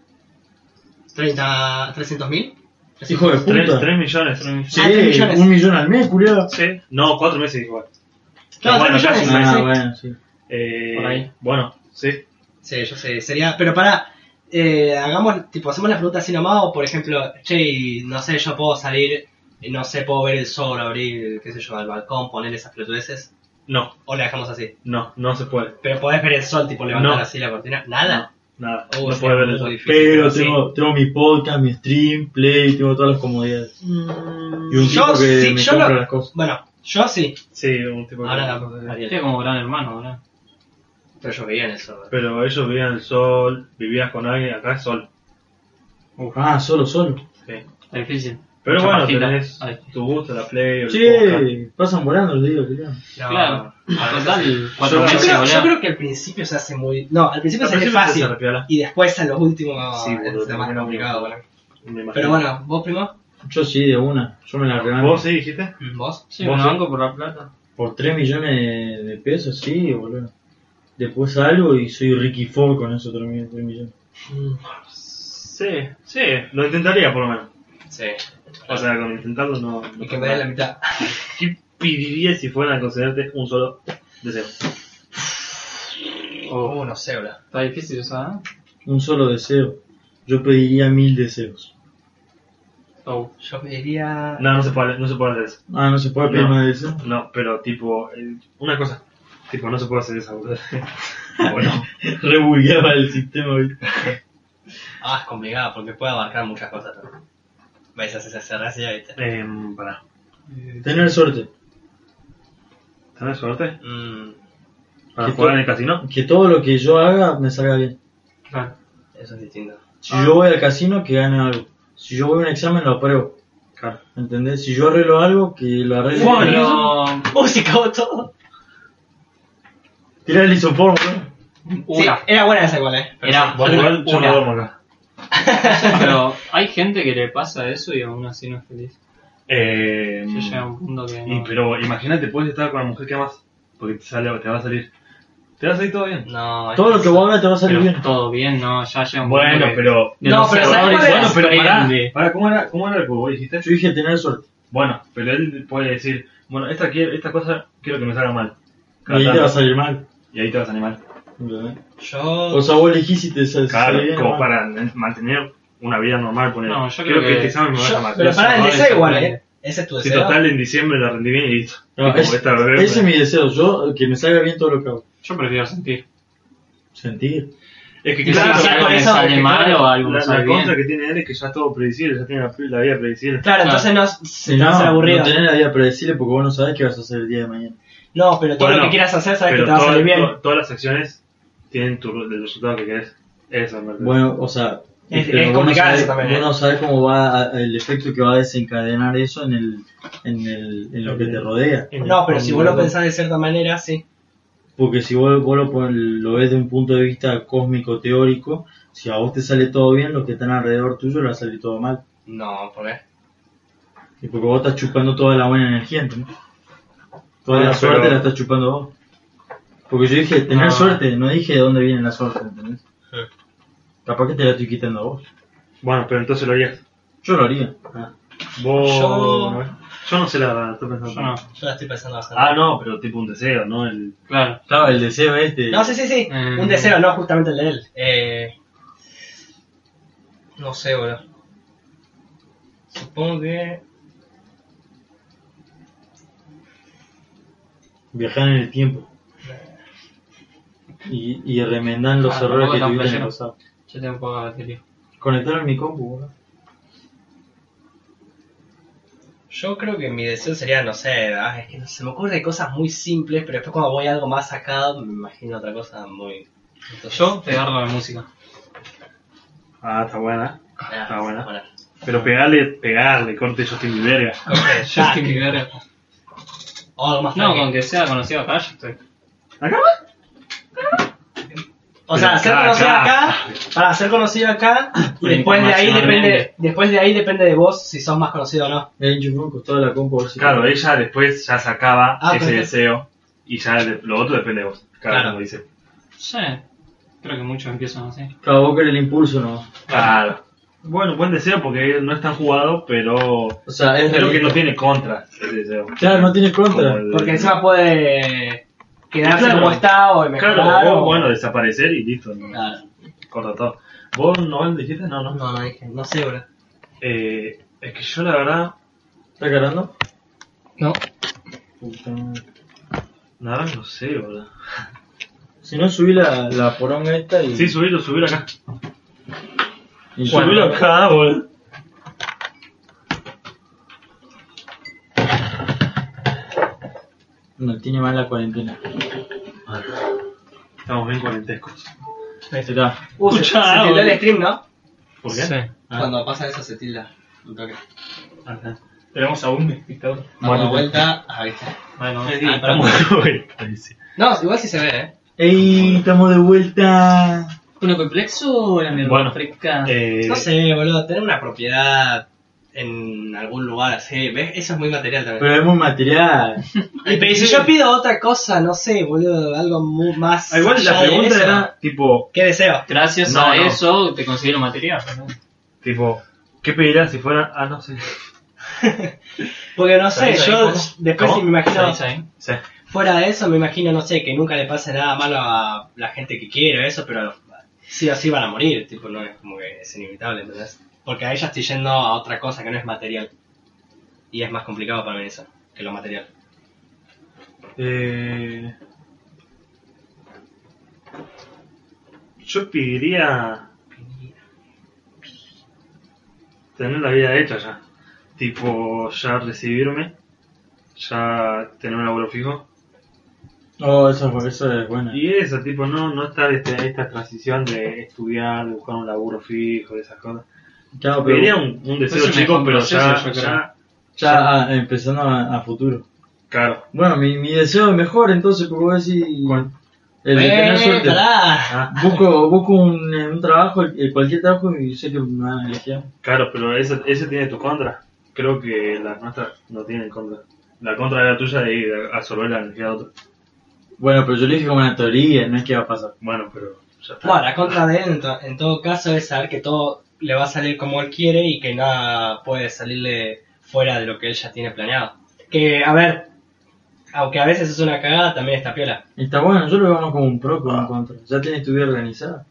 300.000. Hijo de 3 puta. millones. Sí, 3 millones. 1 millón al mes, culiado. Sí. No, 4 meses igual. No, Bueno, 3 casi millones. un mes. Ah, Sí. bueno, sí. Por ahí. Bueno, sí. Sí, yo sé, sería, pero para, hagamos, tipo, hacemos la pregunta así nomás, o por ejemplo, che, no sé, yo puedo salir, no sé, puedo ver el sol, abrir, qué sé yo, al balcón, poner esas pelotudeces, No, o la dejamos así. no se puede. Pero podés ver el sol, tipo, levantar No. así la cortina, nada. Nada, Oh, no sí, puede ver muy eso. difícil, Pero sí. tengo mi podcast, mi stream, play, tengo todas las comodidades. Y un Yo tipo que sí, me yo compra lo- las cosas. Bueno, yo sí. Sí, un tipo de... Ahora, Este es como Gran Hermano, ¿verdad? Pero yo veía en eso. Pero ellos vivían el sol, vivías con alguien, acá es sol. Ah, solo. Sí. Está difícil. Pero Mucha bueno, pajita. tenés Ay. tu gusto, la play, el podcast. Sí, pasan volando, le digo, claro. Claro. Total, 4 Yo- meses, Yo boludo. creo que al principio se hace muy... No, al principio Al se hace principio fácil. se repiola. Y después a los últimos Sí, boludo, es más también complicado, boludo. Me imagino. Pero bueno, ¿vos primo? Yo sí, de una. Yo me la regalo. ¿Vos sí dijiste? ¿Vos? Sí, ¿Vos me sí? banco por la plata. Por 3 millones de pesos, sí, boludo. Después salgo y soy Ricky Ford con esos 3 millones. Sí, lo intentaría por lo menos. Sí. O sea, con intentarlo no... Y que me dé la mitad. ¿Qué pedirías si fueran a concederte un solo deseo? No sé, boludo. Está difícil eso, ¿eh? Un solo deseo. Yo pediría 1000 deseos. Oh. Yo pediría... No, no se puede hacer eso. Ah, no se puede pedir No. más deseos. No, pero tipo, una cosa. Tipo, no se puede hacer esa, boludo. Bueno, Rebugueaba el sistema, ¿viste? Ah, es complicado porque puede abarcar muchas cosas también. ¿Ves? Haces esa gracia, ¿viste? pará. Tener suerte. ¿Tenés suerte? Mm, ¿Para ¿Qué jugar tú- en el casino? Que todo lo que yo haga me salga bien. Claro. eso es distinto. Si yo voy al casino, que gane algo. Si yo voy a un examen, lo apruebo. Claro. ¿Entendés? Si yo arreglo algo, que lo arregle. Pero... ¡Oh, se acabó todo! Tirar el isoform, ¿no? Sí, Una. era buena esa igual, Pero Era- sí. Vos igual, yo no Una. duermo acá. Pero hay gente que le pasa eso y aún así no es feliz. Yo llegué a un punto que no... Pero imagínate, puedes estar con la mujer que amas. Porque te va a salir. Te va a salir todo bien. No, Todo lo que vos hagas te va a salir Pero bien. todo bien, ¿no? Ya llega un Bueno, punto que... pero... de No, los pero ¿sabes errores cuál es? Bueno, pero aprende. pará, ¿cómo era lo que vos dijiste? Yo dije tener suerte. Bueno, pero él puede decir, bueno, esta cosa quiero que me salga mal. Y Cada ahí te tanto. va a salir mal. Y ahí te vas a animar. ¿Entendés? Yo... O sea, vos elegís si te sale Claro, bien o como mal. para mantener una vida normal, poner. No, yo quiero creo que que- este examen me vaya mal. Pero para el errores deseo igual, aprende. Ese es tu Si deseo. total en diciembre la rendí bien y listo. No, Y como ese esta es mi deseo. Yo, que me salga bien todo lo que hago. Yo prefiero sentir. Sentir. Es que Claro, quizás ya algo con me eso, sale que mal claro, o algo me la sale contra bien. que tiene él es que ya es todo predecible, ya tiene la vida predecible. Claro, entonces no se Si te va a hacer no, aburrido. no tenés la vida predecible porque vos no sabés qué vas a hacer el día de mañana. No, pero todo lo Bueno, que quieras hacer sabes que Pero te va a salir bien. todas las acciones tienen el resultado que querés. Eso es verdad. Bueno, o sea, Es pero vos complicado no sabés, eso también, vos no sabés cómo va el efecto que va a desencadenar eso en lo que te rodea. No, pero si vos lo pensás de cierta manera, sí. Porque si vos lo ves de un punto de vista cósmico teórico, si a vos te sale todo bien, los que están alrededor tuyo le va a salir todo mal. No, ¿por qué? Y porque vos estás chupando toda la buena energía, ¿entendés? Toda Bueno, la suerte pero- la estás chupando vos. Porque yo dije tener No. suerte, no dije de dónde viene la suerte, ¿entendés? Sí. Capaz que te la estoy quitando a vos. Bueno, pero entonces lo harías. Yo lo haría. Vos. Yo- Yo no sé la verdad, estoy pensando. Yo no. Yo la estoy pensando bastante. Ah, no, pero tipo un deseo, ¿no? Claro. Claro, el deseo este. No, sí. Un deseo, no justamente el de él. No sé, boludo. Supongo que... Viajar en el tiempo. Y remendar los Ah, errores tampoco que tan tuviste en el flashero. pasado. Yo tengo poca batería. Conectar a mi compu, boludo. Yo creo que mi deseo sería, no sé, es que no se me ocurre cosas muy simples, pero después cuando voy a algo más sacado me imagino otra cosa muy... Entonces, Yo pegarlo de música. Ah, está buena. ah, Está buena. Pero pegarle, corte Justin Bieber. Ok, Justin Bieber. O algo más No, tranqui. con que sea conocido acá, yo estoy. ¿Acá? O sea, Pero ser acá, conocido acá. acá, para ser conocido acá, y Pero después de ahí depende de vos si sos más conocido o no. Me enchufó un costado de la compu a ver si. Claro, ella después ya sacaba Ah, ese ok. deseo y ya lo otro depende de vos. Claro. Como dice. Sí. Creo que muchos empiezan así. Claro, vos querés el impulso, ¿no? Claro. Bueno, buen deseo porque no es tan jugado, pero O sea, es creo que realista. no tiene contra ese deseo. Claro, no tiene contra. Como el- Porque encima puede quedarse Claro. como está o mejorar. Claro, o... o bueno, desaparecer y listo. ¿no? Claro. Corta todo. ¿Vos no dijiste? No, no. No dije, no sé, bro. Es que yo la verdad, ¿Estás cargando? No. la verdad no sé, boludo. Si no, subí la poronga esta y. Sí, subilo acá. y Subilo acá, boludo. No tiene mal la cuarentena. Estamos bien cuarentescos. Ahí está. Se Escucha, tildó el stream, ¿no? ¿Por qué? Sí. Ah. Cuando pasa eso se tilda. Un toque. Ajá. Tenemos a un espectador. Damos la vuelta. Ah, viste. Bueno, Estamos ahí sí. No, igual sí se ve, ¡Ey! Estamos de vuelta. ¿Uno complexo o la mierda Bueno, fresca? No sé, boludo, tener una propiedad en algún lugar así, ¿ves? Eso es muy material también. Pero es muy material. Y pero si yo pido otra cosa, no sé, boludo, algo más. Ah, igual la allá de pregunta eso, era tipo, ¿qué deseo? Gracias No, a no. eso te considero material, ¿no? ¿qué pedirías si fuera? Ah, no sé. Porque no sé, ¿Salís ahí, yo Juanjo? después ¿Cómo? si me imagino, ¿Salís ahí? Sí. fuera de eso, me imagino, no sé, que nunca le pase nada malo a la gente que quiere eso, pero sí o sí van a morir, tipo, no es como que es inevitable, ¿entendés? Porque ahí ya estoy yendo a otra cosa que no es material. Y es más complicado para mí eso, que lo material. Yo pediría tener la vida hecha ya. Tipo, ya recibirme, ya tener un laburo fijo. Oh, eso es bueno. Y eso, tipo, no estar esta transición de estudiar, de buscar un laburo fijo, de esas cosas. Claro, Pediría pero un deseo es el chico, mejor pero proceso, ya, yo creo. ya, ya empezando a futuro. claro. Bueno, mi deseo es mejor, entonces, porque voy a decir. El de tener suerte. ¡Pará! Ah, Busco un trabajo, cualquier trabajo, y sé que me van a elegir. claro, pero ese tiene tu contra. Creo que las nuestras no tienen contra. La contra era tuya de ir a absorber la energía de otro. Bueno, pero yo le dije como una teoría, no es que va a pasar. Bueno, pero ya está. Bueno, la contra de él en todo caso es saber que todo le va a salir como él quiere y que nada puede salirle fuera de lo que él ya tiene planeado. Que, a ver, aunque a veces es una cagada, también está piola. Y está bueno, yo lo veo más como un pro que un contra. Ya tienes tu vida organizada.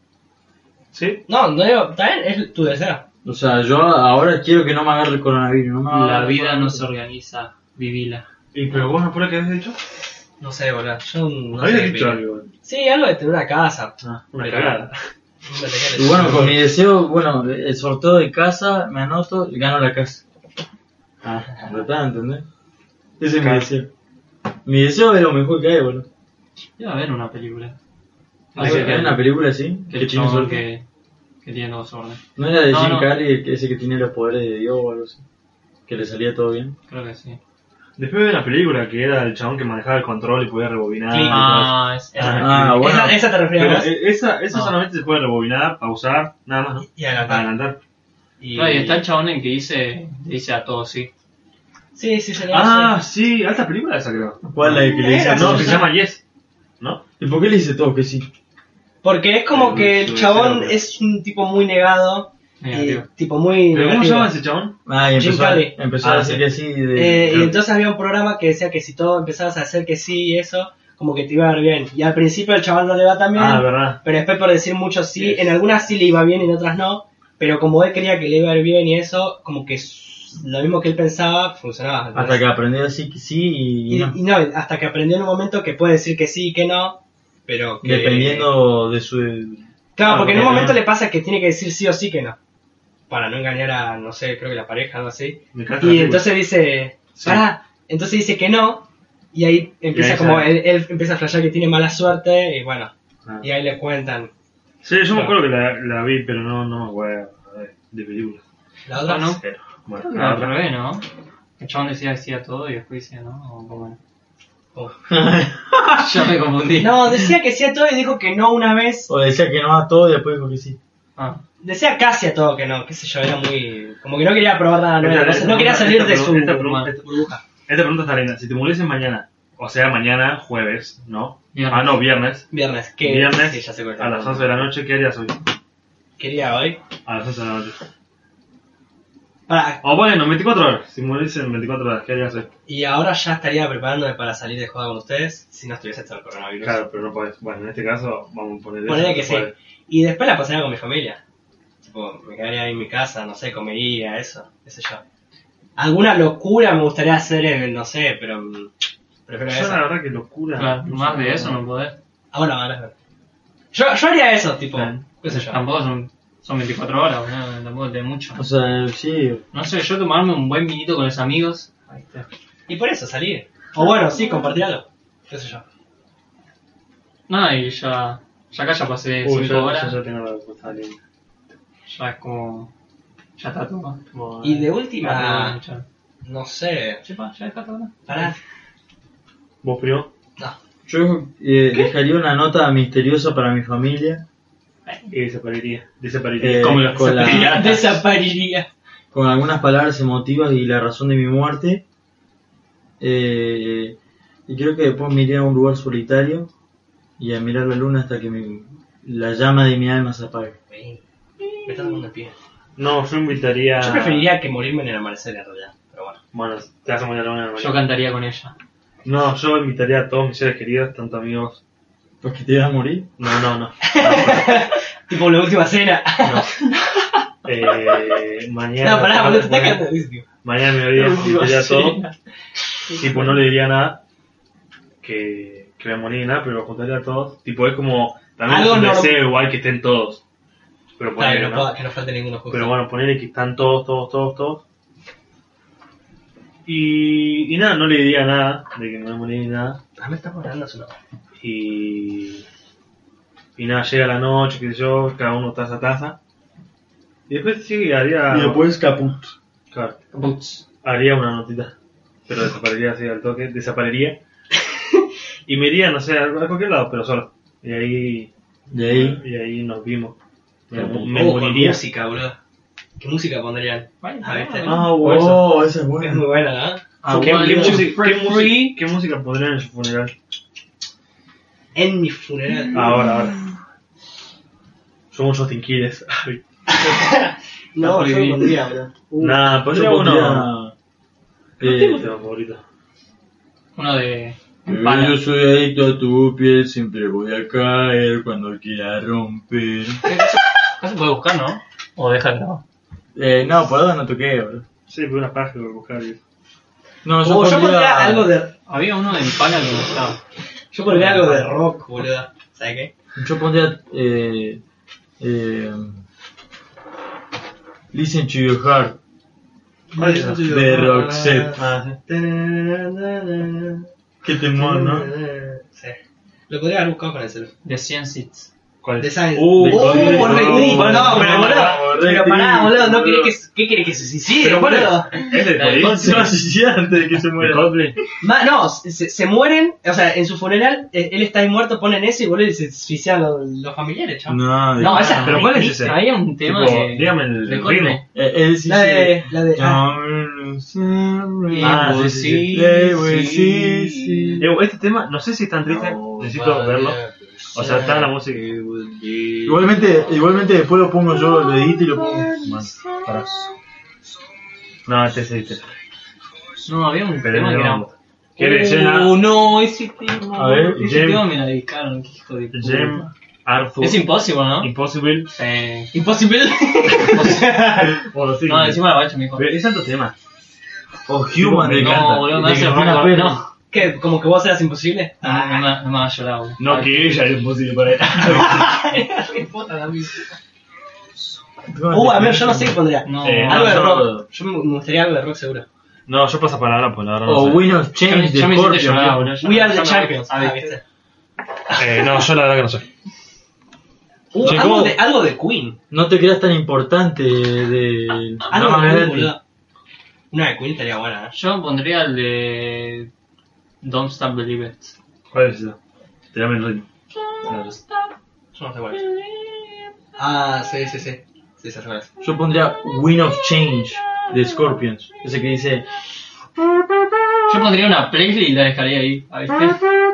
¿Sí? No digo, está bien, es tu deseo. O sea, yo ahora quiero que no me agarre el coronavirus. No me La agarre el vida no coronavirus. se organiza, vivila. ¿Y pero vos no fue lo que habías dicho? No sé, boludo. Yo no Habías sé. dicho pero- algo. Sí, algo de tener una casa. Ah, una Pero- cagada. Un material. Y bueno, con mi deseo, bueno, el sorteo de casa, me anoto y gano la casa. Ah, ¿Verdad? ¿Entendés? Ese es mi Claro. deseo. Mi deseo es lo mejor que hay, boludo. Iba a ver una película. ¿Hay una película así? Que Que el tiene chabón suerte. que tiene dos órdenes. ¿No era de No, Jim no. Carrey, ese que tiene los poderes de Dios o algo así? Que le salía todo bien. Creo que sí. Después vi una película que era el chabón que manejaba el control y podía rebobinar. Sí. y todo Ah, es Ah, bueno. Esa te refieres eso. vos. Pero esa No. solamente se puede rebobinar, pausar, nada más, ¿no? Y adelantar. Adelantar. Y... No, y está el chabón en que dice a todos sí. Sí, sería Ah, así. sí, alta película esa creo. ¿Cuál es la que le dice Era, a No, todos? que se llama Yes. ¿No? ¿Y por qué le dice todo que sí? Porque es como que el Su chabón deseo, es un tipo muy negado. Y Negativo. tipo muy ¿Pero cómo se negativo. llama ese chabón? Ah, y Jim empezó, Carrey. empezó Ah, a decir sí. que sí. De, Y entonces había un programa que decía que si todo empezabas a hacer que sí y eso, como que te iba a ver bien. Y al principio el chaval no le va tan bien, Ah, verdad. pero después por decir mucho sí, Yes. en algunas sí le iba bien y en otras no, pero como él quería que le iba a ir bien y eso, como que lo mismo que él pensaba funcionaba. hasta ¿entendés? que aprendió a decir que sí y, no. Y no, hasta que aprendió en un momento que puede decir que sí y que no, pero que... Dependiendo de su... Claro, porque en un porque momento no. le pasa que tiene que decir sí o sí que no. Para no engañar a, no sé, creo que la pareja, algo así. Me encanta la Y película. entonces dice, Sí. pará, entonces dice que no, y ahí empieza ahí como, sale. él empieza a flashear que tiene mala suerte, y bueno, Ah. y ahí le cuentan. Sí, yo me Claro. acuerdo que la vi, pero no me acuerdo de película. La otra, ¿no? Pero, bueno, Creo que la al otra. revés, ¿no? El chabón decía que sí a todo y después decía no, o cómo era. Oh. Ya me confundí. No, decía que sí a todo y dijo que no una vez. O decía que no a todo y después dijo que sí. Ah, Decía casi a todo que no, qué sé yo, era muy... Como que no quería probar nada nuevo, Esta- no quería esta salir de pregunta- su esta pregunta- burbuja. Esta pregunta está linda. Si te muriesen mañana, o sea, mañana, jueves, ¿no? Viernes. Ah, no, viernes. Viernes, que... Viernes, sí, ya sé cuál es. a las 11 de la noche, ¿qué harías hoy? Quería hoy. A las 11 de la noche. Pará, O bueno, 24 horas. Si muriesen 24 horas, ¿qué harías hoy? y ahora ya estaría preparándome para salir de joda con ustedes si no estuviese todo el coronavirus. Claro, pero no podés. Bueno, en este caso, vamos a poner Ponele eso, que no sí. podés. Y después la pasaría con mi familia. Tipo, me quedaría ahí en mi casa, no sé, comería, eso, qué sé yo. Alguna locura me gustaría hacer, no sé, pero prefiero Yo la eso. verdad que locura. claro, más de eso no podés. Ah, bueno, ahora yo haría eso, tipo, Claro. qué sé yo. Tampoco son 24 horas, ¿no? Tampoco de mucho. O sea, sí. No sé, yo tomarme un buen vinito con los amigos. Ahí está. Y por eso, salir. O bueno, sí, compartir algo, qué sé yo. Nada, y ya Ya acá ya pasé Uy, 5 yo horas. ya tengo la respuesta lista. Ya es como. Ya está todo. Tipo, Y de la última, primera, no sé. Chepa, ya está todo. Pará. ¿Vos, primo? No. Yo dejaría una nota misteriosa para mi familia. Y desaparecería. ¿Cómo las con, Desapariría. con algunas palabras emotivas y la razón de mi muerte. Y creo que después me iría a un lugar solitario y a mirar la luna hasta que la llama de mi alma se apague. Me está tomando el pie. No, yo invitaría... Yo preferiría que morirme en el amanecer en realidad. Pero bueno. Bueno, te vas a morir a la una de la Yo mañana. cantaría con ella. No, yo invitaría a todos mis seres queridos, tanto amigos... ¿Pues que te ibas a morir? No. Tipo la última cena. Mañana... No, pará, boludo, te está mañana- quedando tío. Mañana me invitaría a todos. Tipo, no le diría nada que voy a morir, nada, pero lo juntaría a todos. Tipo, es como... También Algo es un norm- deseo igual que estén todos. Pero Claro, ponele, ¿no? que no falte ninguno justo. Pero bueno, ponerle que están todos. Y nada, no le diría nada de que me voy a morir ni nada. Ah, me está cobrando su nombre. Y nada, llega la noche, qué sé yo, cada uno taza a taza. Y después sí, haría... Y después caput. Claro, Boots. haría una notita. Pero desaparecería así al toque, desaparecería. Y me iría, no sé, a cualquier lado, pero solo. Y ahí nos vimos. Me Con moriría. música, boludo. ¿Qué música pondrían? Ah, ¿viste? Oh, esa es Es buena. muy buena, ¿no? ¿Qué música pondrían en su funeral? En mi funeral. Ahora. Somos Justin Quiles. No, yo lo pondría, boludo. Nah, pondría Yo uno. pondría... ¿Qué tema favorito? Uno de. Yo soy adicto a tu piel, siempre voy a caer cuando quiera romper. No se puede buscar, ¿no? O déjalo. No, por ahora no toqué, bro. Sí, fue una página que buscar. No, Yo pondría algo de. Había uno de Impala que me gustaba. Yo pondría algo de rock, boludo. ¿Sabes qué? Yo pondría Listen to Your Heart ¿Cuál es esa? de Roxette. Ah, sí. Qué temor, ¿no? Sí. Lo podría haber buscado con el celular. De 100 Seats. ¿Cuál De es? Science. de Coldplay. Coldplay. No, no, pero boludo. Pero pará, boludo. No boludo. querés que. ¿Qué querés que se suicide, Pero boludo? ¿Es de La de Coldplay? Se va a suicidar antes de que se ¿De muera. Coldplay? No, se mueren. O sea, en su funeral, él está ahí muerto, ponen eso y boludo y se suicidan los familiares, chaval. No, esa es ¿Pero re cuál es triste. ese? Había un tema Tipo, que. dígame el de ritmo. Coldplay. él sí La de. Ah, sí. sí. Este tema, no sé si es tan triste, necesito verlo. O sea, está en la música. Igualmente después lo pongo yo, lo edito y lo pongo. Man, pará. No, este. No, había un Pero tema que era. ¿Qué le decían No, ese tema. A ver, ese Jem- tema me la dedicaron, qué hijo de puta. Jem, Arthur, Es imposible, ¿no? Impossible. Sí. Imposible. Bueno, sí. No, encima la bacha, mijo. Pero es alto tema. O Human Me de encanta. No, boludo, me de hace Cristina recordar. Pérez. No, ¿Qué? ¿Como que vos seas imposible? no me va a llorar, boludo. No, que ella es imposible para él. A ver, yo no sé qué pondría. No, Algo de yo- rock. Yo me gustaría algo de rock seguro. No, yo paso palabra, pues la verdad O no sé. Win of Change de ya me hiciste llorar, Scorpion. boludo. We are Ya the me- champions. Ah, Ah, ¿viste? ¿viste? No, yo la verdad que no sé. Che, Algo ¿cómo? algo de Queen. No te creas tan importante de... Algo No, de Queen, Melody. boludo. Una de Queen estaría buena, ¿eh? Yo pondría el de Don't Stop Believe It. ¿Cuál es esa? Te llamo el ritmo. Yo no sé cuál es. Ah, sí. Sí, esa es. Yo pondría Win of Change de Scorpions. Ese que dice... Yo pondría una playlist y la dejaría ahí, ¿viste?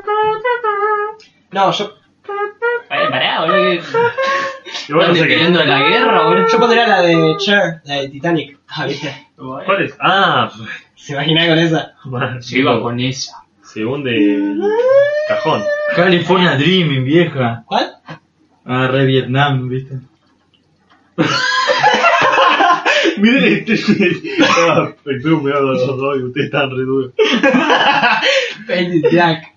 No, yo Pará, boludo. Igual no ¿Están sé qué. despidiendo de la guerra, boludo? pondría la de Cher, la de Titanic. Ah, ¿viste? ¿Cuál es? Ah, ¿Se imagina con esa? man, Yo iba con esa. se hunde el cajón. California Dreaming, vieja. ¿Cuál? Ah, re Vietnam, ¿viste? Miren el primo me habla de los dos y ustedes están re duros. Painted Black.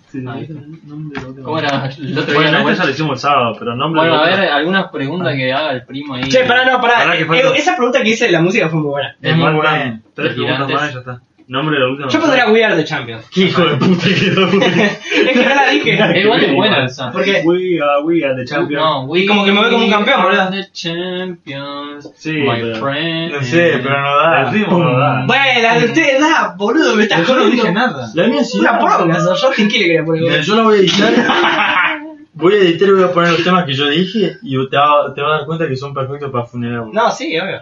¿Cómo era el otro día? Bueno, la esto vuelta? ya lo hicimos el sábado, pero nombre Bueno, a de ver, algunas preguntas que haga el primo ahí. Che, pará, Pará, que falta- esa pregunta que hice de la música fue muy buena. Es muy faltan bueno. 3 preguntas Gigantes. más y ya está. Nombre de la última Yo pondría We Are the Champions. ¿Qué hijo de puta que sos? Es que no la dije. Igual es buena esa. Porque We are the champions. No, we como que me ve como un campeón, are boludo. the champions, Sí, my pero- friend. No sé, pero no da. El ritmo no da. bueno, la de ustedes da, boludo, me estás Yo no jodiendo. dije nada. La mía sí. Una poronga, sos yo, ¿quién le quería poner? Mira, yo la voy a editar. Voy a editar y voy a poner los temas que yo dije y te vas a dar cuenta que son perfectos para funeral. boludo. No, sí, obvio.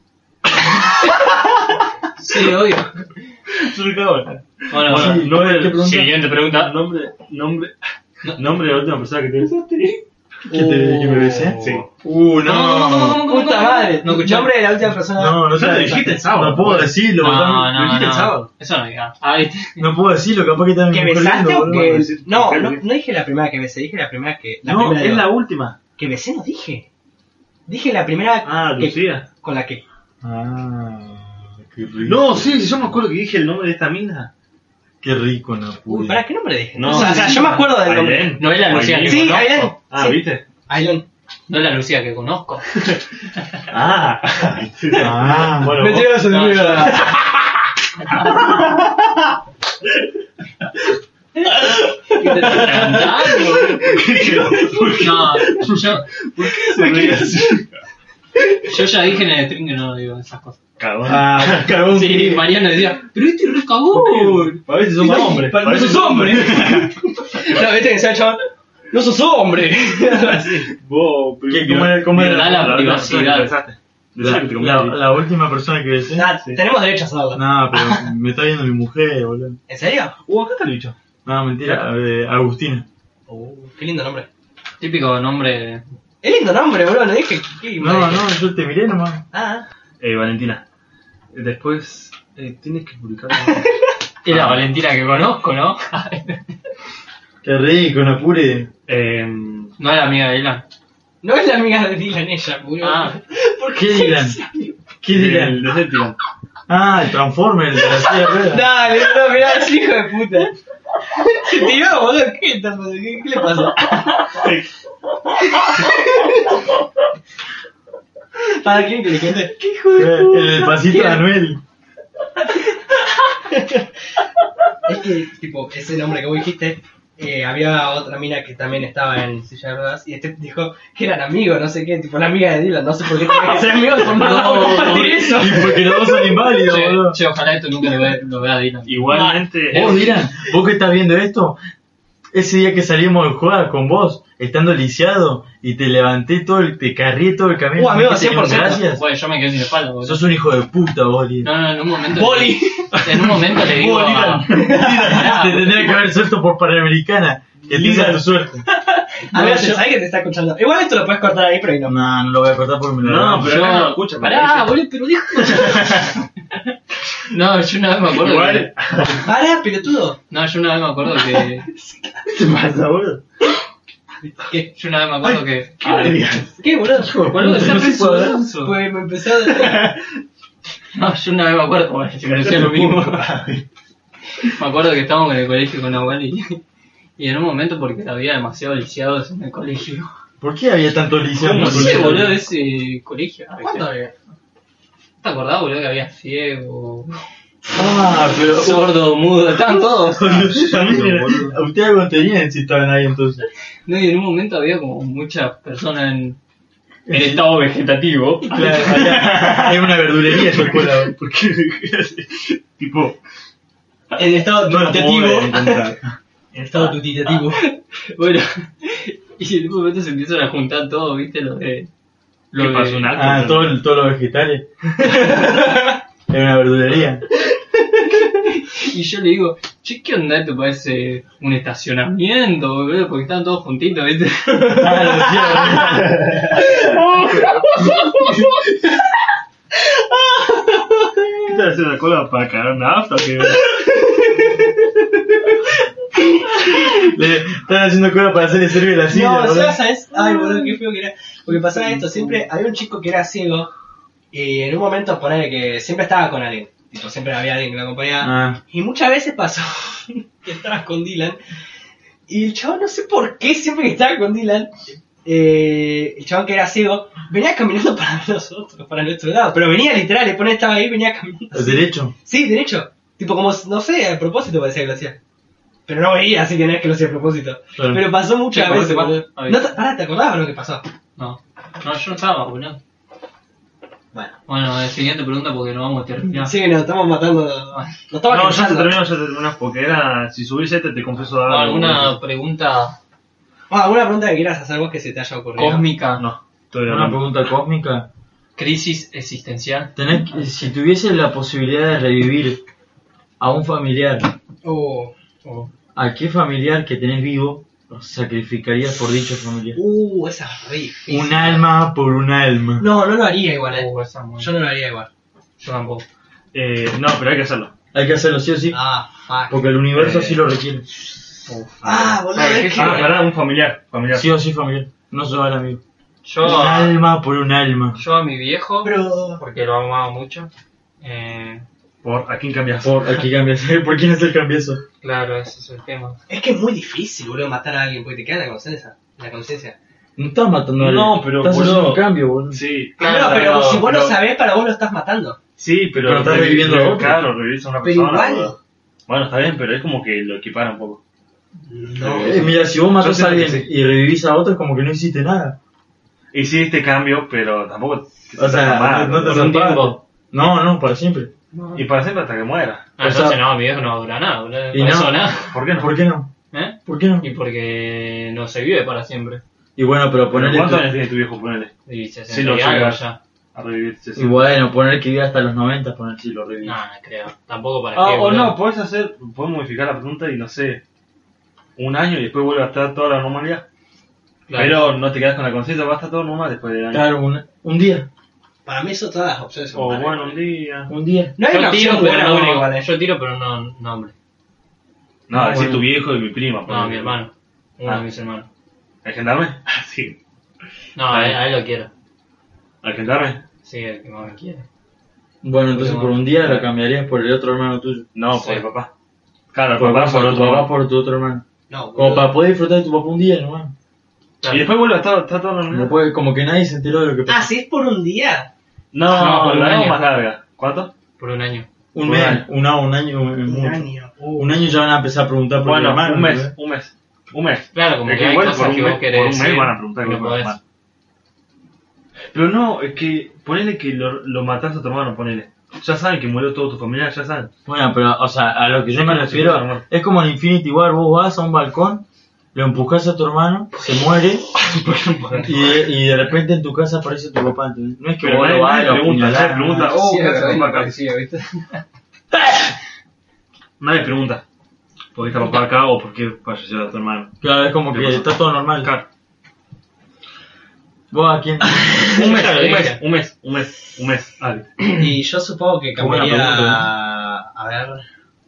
Sí, obvio. Soy cabrón. Bueno, Sí, nombre, ¿qué pregunta? siguiente pregunta. nombre de la última persona que te besaste. ¿Que me besé? Sí. No. Puta madre. No escuché. Nombre de la última persona. No, no Ya lo dijiste el sábado. No puedo decirlo, No, boludo. no, lo dijiste el no. sábado. Eso no diga. Ah, viste. No puedo decirlo, capaz que también ¿Que besaste o que.? boludo. No, Claro. no dije la primera que besé, dije la primera que. La No, primera es de- la última. Que besé no dije. Dije la primera Ah, que- Lucía. con la que. Ah, qué rico. No, sí, yo me acuerdo que dije el nombre de esta mina. Qué rico, Napuri. Uy, ¿para qué nombre dije? No, o sea, yo me acuerdo del nombre. Ailén. No es la Lucía que Sí, conozco. Ailén. Ah, Sí. ¿viste? Ailén. No es la Lucía que conozco. Ah. Ah, Bueno, Me vos- tiro ese no, enemigo. ¿Qué te estás cantando? No, yo ya dije en el stream que no digo esas cosas. Cagón. Ah, cagón. Sí, Mariano decía, pero este es re cagón. A veces somos hombres. No sos hombre. No, viste que decía el chabón. No sos hombre. Así. Vos, ¿Cómo era? Violá la última privacidad. persona que te besaste. Decime que te comí. La última persona que besé. Nah, tenemos derecho a saberlo. No, pero me está viendo mi mujer, boludo. ¿En serio? Acá está el bicho. No, mentira, Agustina. Qué lindo nombre. Típico nombre. Es lindo nombre, boludo. No dije. ¿Qué? No, yo te miré nomás. Ah. Valentina. Después tienes que publicar. Es la Valentina que conozco, ¿no? Qué rico, Napuri. No es la amiga de Ilan. No es la amiga de Dylan ella, boludo. Ah. ¿Por ¿Qué dirán? ¿Qué dirán? El de Séptima. Ah, el Transformer, el de la silla de ruedas. Dale, no, mirá, es hijo de puta. Se tiró, boludo. ¿Qué le pasa? ¿Para quién inteligente? ¿Qué hijo El del pasito de Anuel. Es que, tipo, ese nombre que vos dijiste, había otra mina que también estaba en silla de ruedas y este dijo que eran amigos, no sé qué, tipo la amiga de Dylan, no sé por qué tenía que ser amigos por no compartir eso. Y porque los dos son inválidos, boludo. Che, ojalá esto nunca lo vea Dylan. Igualmente. Vos, Dylan, vos que estás viendo esto, ese día que salimos de jugar con vos, estando lisiado, y te levanté te carrié todo el camino. Amigo, dijiste que 100%. gracias. Bueno, yo me quedé sin espalda, boludo. Sos un hijo de puta, Boli. No, en un momento. Boli. En un momento le digo a. Te tendría que haber suelto por Panamericana. Que tengas tu suerte. A ver, ¿sabes que te está escuchando? Igual esto lo puedes cortar ahí, pero ahí no. No, no lo voy a cortar porque me lo No, pero Yo- acá no lo escucha. Pará, boludo, pero dijo. No, yo una vez me acuerdo Igual. Pará, pelotudo. No, yo una vez me acuerdo que. ¿Qué te pasa, boludo? ¿Qué? Yo una vez me acuerdo que. ¿Qué alegrías? ¿Qué, boludo? Boludo, está No se re puede hablar. sudoroso. Pues me empezó a... No, yo una vez me acuerdo, bueno, se parecía lo mismo. Me acuerdo que estábamos en el colegio con Nahuel y en un momento porque había demasiado lisiados en el colegio. ¿Por qué había tanto liceo en No el sé, colegio? boludo, de ese colegio. ¿Cuánto había? ¿Te acordás, boludo, que había ciego, Ah, pero... sordo, mudo, estaban todos? Usted algo tenían si estaban ahí entonces. No, y en un momento había como muchas personas en estado vegetativo. Claro, hay una verdulería en la escuela. ¿Por qué? Tipo. En estado No la puedo tutativo. encontrar. En estado tutativo. Bueno, y en un momento se empiezan a juntar todo, ¿viste? Lo de... ¿Qué pasó? ¿Un acto? Ah, todos los vegetales. Era una verdulería. Y yo le digo, che, ¿qué onda? ¿Esto parece un estacionamiento, boludo? Porque estaban todos juntitos, ¿viste? Ah, ¿Qué te haciendo la cola para cagar nafta? ¿Qué? Le están haciendo cola para hacerle servir la silla. No, boludo. ¿sabes? Ay, boludo, qué feo que era. Porque pasaba esto, siempre había un chico que era ciego y en un momento ponele que siempre estaba con alguien. Tipo, siempre había alguien que lo acompañaba. Ah. Y muchas veces pasó que estabas con Dylan y el chabón, no sé por qué, siempre que estaba con Dylan, el chabón que era ciego, venía caminando para nosotros, para nuestro lado. Pero venía literal, el pone estaba ahí, venía caminando. ¿El derecho? Sí, derecho. Tipo, como, no sé, a propósito parecía que lo hacía. Pero no veía, así que no es que lo hacía a propósito. Claro. Pero pasó muchas Sí, ¿por qué veces, te pasa? boludo. A ver. No ¿te acordabas de lo que pasó? No, yo no estaba vacunado. Bueno. Bueno, siguiente pregunta porque no vamos a terminar. Sí, nos estamos matando. Nos estamos No, ya se cansando. terminó, porque era, si subís te confieso algo. ¿Alguna pregunta Bueno, ¿alguna pregunta que quieras hacer vos que se te haya ocurrido? cósmica? No, todavía Una no. pregunta cósmica. ¿Crisis existencial? Si tuvieses la posibilidad de revivir a un familiar, Oh. ¿a qué familiar que tenés vivo sacrificarías por dicho familiar? Esa es re difícil. Un alma por un alma. No lo haría igual, Esa es muy- Yo no lo haría igual. Yo tampoco. No, pero hay que hacerlo. Hay que hacerlo sí o sí, Fuck. porque el universo sí lo requiere. Boludo, Ay, es qué que... Pará, un familiar. Sí o sí familiar, no se va el amigo. Yo Un alma por un alma. a mi viejo, Pero... porque lo amaba mucho. ¿A quién cambias? Aquí cambias. ¿Por quién es el cambioso? Claro, ese es el tema. Es que es muy difícil, boludo, matar a alguien porque te queda en la conciencia. No estás matando a alguien. No, pero, estás haciendo boludo. un cambio, boludo. Sí, Claro, pero si vos lo pero- sabés, para vos lo estás matando. Sí, pero... Pero estás reviviendo a otro. Claro, revivís a una Pero persona. igual. boludo. Bueno, está bien, pero es como que lo equipara un poco. No. Mira, si vos matas Yo a siento alguien que sí. y revivís a otro, es como que no hiciste nada. Hiciste cambio, pero tampoco... O sea, no te Por un zafaste. tiempo. No, para siempre. Y para siempre hasta que muera. Ah, O sea- entonces no, mi viejo no va a durar nada, boludo. Y Por no. eso nada. ¿Por qué no? ¿Por qué no? ¿Eh? ¿Por qué no? Y porque no se vive para siempre. Y bueno, pero ponerle... ¿Cuántos años tiene tu viejo? Ponele. Y se Sí, lo y algo llegas. ya. A revivir. Y bueno, poner que viva hasta los 90, poner si lo revive. No, no creo. Tampoco para Ah, qué, o boludo. no, podés modificar la pregunta y no sé, un año y después vuelve a estar toda la normalidad. Claro. Pero no te quedas con la conciencia, va a estar todo normal después del año. Claro, un día. Para mí eso todas las opciones son O malas. bueno, un día. Un día. No hay Yo una tiro, opción buena, pero buena no, igual, yo tiro, pero no nombre. No, decir bueno. tu viejo y mi prima. No, ponele. mi hermano. Uno Ah. de mis hermanos. ¿Al gendarme? Sí. No, a él lo quiero. ¿Al gendarme? Sí, el que más me quiere. Bueno, entonces por un día la cambiarías por el otro hermano tuyo. No, por Sí. el papá. Claro, el Por, papá por tu otro. papá por tu otro hermano. No, Como para poder disfrutar de tu papá un día nomás. Y después vuelve a estar todo normal. Después, como que nadie se enteró de lo que pasó. Ah, si es por un día. No, No, por un la hago año. más larga. ¿Cuánto? Por un año. Un un mes, año. un año, mucho. Un año ya van a empezar a preguntar por el Bueno, hermano. un mes, ¿no? un mes. Un mes. Claro, como Es que que hay igual cosas por un que mes- vos querés por un mes decir, van a preguntar no cosas podés. más. Pero no, es que ponele que lo matás a tu hermano, ponele. Ya saben que murió todo tu familia, ya saben. Bueno, pero, o sea, a lo que yo me Sí, refiero, sí, es como en Infinity War, vos vas a un balcón, lo empujás a tu hermano, se muere, y de repente en tu casa aparece tu papá, ¿entendés? No es que Pero vos nadie, lo vas a nadie pregunta, apuñalar, nadie pregunta, ¿no? oh, Sí, ¿qué es hace verdad, papá acá? parecía, ¿viste? Nadie pregunta, ¿por qué está papá acá o por qué falleció tu hermano? Claro, es como ¿Qué que pasó? está todo normal. Claro. ¿Vos a quién? Un mes, Ya lo un mes, dije. un mes, un mes, un mes. Dale. Y yo supongo que Buena cambiaría... pregunta, A ver...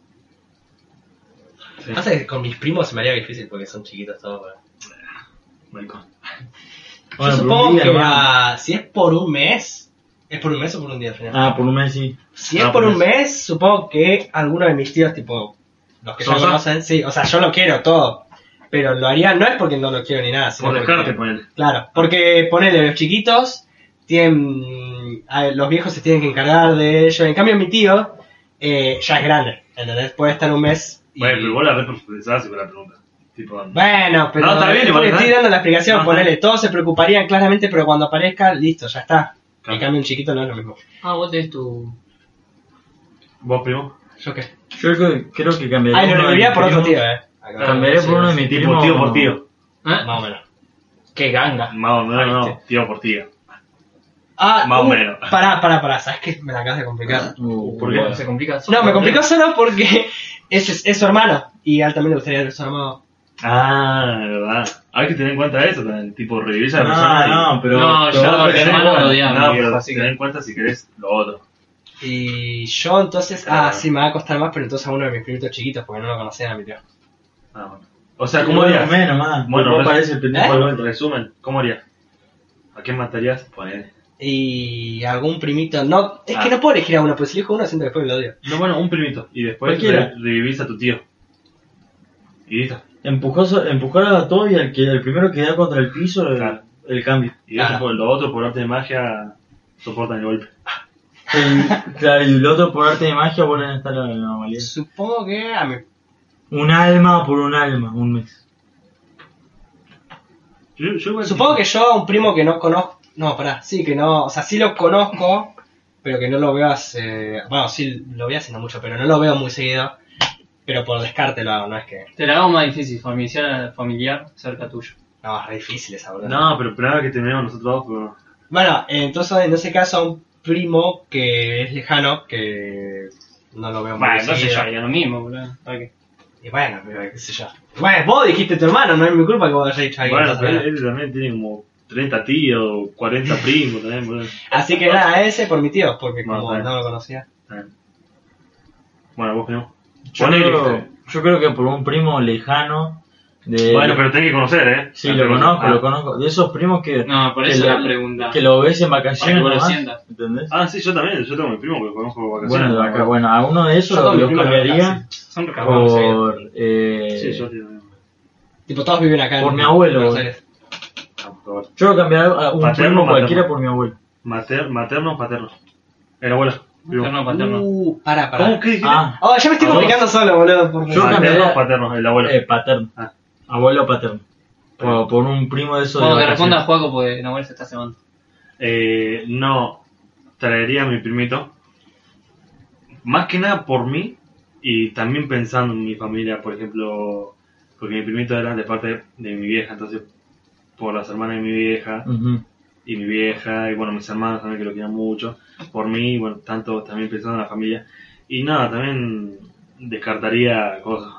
Sí. Pasa que con mis primos se me haría difícil porque son chiquitos todos. pero- Maricón. Yo Bueno, por supongo un día que nomás. si es por un mes... ¿Es por un mes o por un día al final? Ah, por un mes sí. Si es Ah, por por un mes, supongo que alguno de mis tíos, tipo, los que ya ¿Sosa? conocen, sí, o sea, yo lo quiero todo. Pero lo haría, no es porque no lo quiero ni nada, sino Por porque- descarte, ponele. Claro, porque ponele, los chiquitos tienen. Los viejos se tienen que encargar de ellos. En cambio, mi tío ya es grande, ¿entendés? Puede estar un mes. Y... Bueno, pero vos la reprofundizás con la pregunta. Tipo, Bueno, pero No, está bien, es igual, porque está estoy bien. dando la explicación, No, ponele, está todos se preocuparían claramente, pero cuando aparezca, listo, ya está. Claro. En cambio, un chiquito no es lo mismo. Ah, vos tenés tu... ¿vos, primo? ¿Yo qué? Yo creo que cambiaría. Ah, lo uno de reviviría mis por otro primos. tío, Claro, Cambiaré sí, por uno de sí. mis Tipo primos. tío por tío. ¿Eh? Más o menos. Qué ganga. No, no, no, Viste. tío por tío. Ah, Más o menos. Pará, ¿sabes qué? Me la acabas de complicar. ¿Por qué? Bueno. Se complica solo. No, me complicó solo porque es su hermano. Y a él también le gustaría ver su hermano. Ah, de verdad. Hay que tener en cuenta eso también. Tipo, revivir a la persona. No, pero. No, pero yo vos mi tenés hermano cuenta. lo odiaba, No, mi pero viejo, así ten que... en cuenta si querés lo otro. Y yo entonces, sí, me va a costar más, pero entonces a uno de mis primitos chiquitos, porque no lo conocían a mi tío. Ah, bueno. O sea, ¿cómo Bueno, harías? menos más. Bueno, Vos res- parece el pendejo ¿Eh? del En otro. resumen, ¿cómo harías? ¿A quién matarías? Ponele. Y algún primito, no, es Ah. que no puedo elegir a uno, pues si elijo uno siento que después lo odio. No, bueno, un primito. Y después Cualquiera. revivís a tu tío. Y listo. Empujar a todo y el primero que da contra el piso, Claro. el cambio. Y eso Ah. por lo otro, por arte de magia, soportan el golpe. Claro, y el otro por arte de magia vuelven a estar a la normalidad. Supongo que a mí. Un alma por un alma, un mes. Yo igual Supongo que yo a un primo que no conozco. No, pará, sí que no. O sea, sí lo conozco, pero que no lo veo hace. Bueno, sí lo veo hace no mucho, pero no lo veo muy seguido. Pero por descarte lo hago, no es que. Te la hago más difícil, familiar cerca tuyo. No, es re difícil esa boludo. No, pero esperaba que terminemos nosotros dos, pero... Bueno, entonces en ese caso a un primo que es lejano, que no lo veo muy Bueno, entonces yo seguido. haría lo mismo, boludo. ¿Para qué? Y bueno, pero qué sé yo. Bueno, vos dijiste tu hermano, no es mi culpa que vos hayas dicho a alguien. Bueno, entonces, pero él también tiene como 30 tíos, 40 primos también, boludo. Así que nada, ese por mi tío, porque Bueno, como está bien. no lo conocía. Está bien. Bueno, vos que no. Yo creo que por un primo lejano de... Bueno, pero tenés que conocer, Sí, lo conozco. De esos primos que... No, por que eso lo- la pregunta. Que lo ves en Para vacaciones que vos lo nomás, sientas. ¿entendés? Ah, sí, yo también. Yo tengo mi primo que lo conozco por vacaciones. Bueno, de acá, bueno, a uno de esos Yo con mi los primo cambiaría Son recargados. por... Sí, yo también. Tipo, todos viven acá Por en mi abuelo, Buenos boludo. Aires. Ah, por favor. Yo lo cambiaría a un Paterno, primo cualquiera materno. por mi abuelo. Materno o paterno. El abuelo. Primo. Paterno, paterno. Pará. ¿Cómo? ¿Qué dijiste? Ah, Oh, ya me estoy ¿A vos? complicando solo, boludo. Por Yo Materno cambiaría- o paterno, el abuelo. paterno. Ah. Abuelo paterno. Por un primo de esos Bueno, de que responda a vacaciones. Juaco porque Nahuel se está cebando. No, traería a mi primito. Más que nada por mí y también pensando en mi familia, por ejemplo, porque mi primito era de parte de mi vieja, entonces por las hermanas de mi vieja Ujú. y mi vieja y bueno, mis hermanos también que lo quieran mucho, por mí, bueno, tanto también pensando en la familia. Y nada, también descartaría cosas.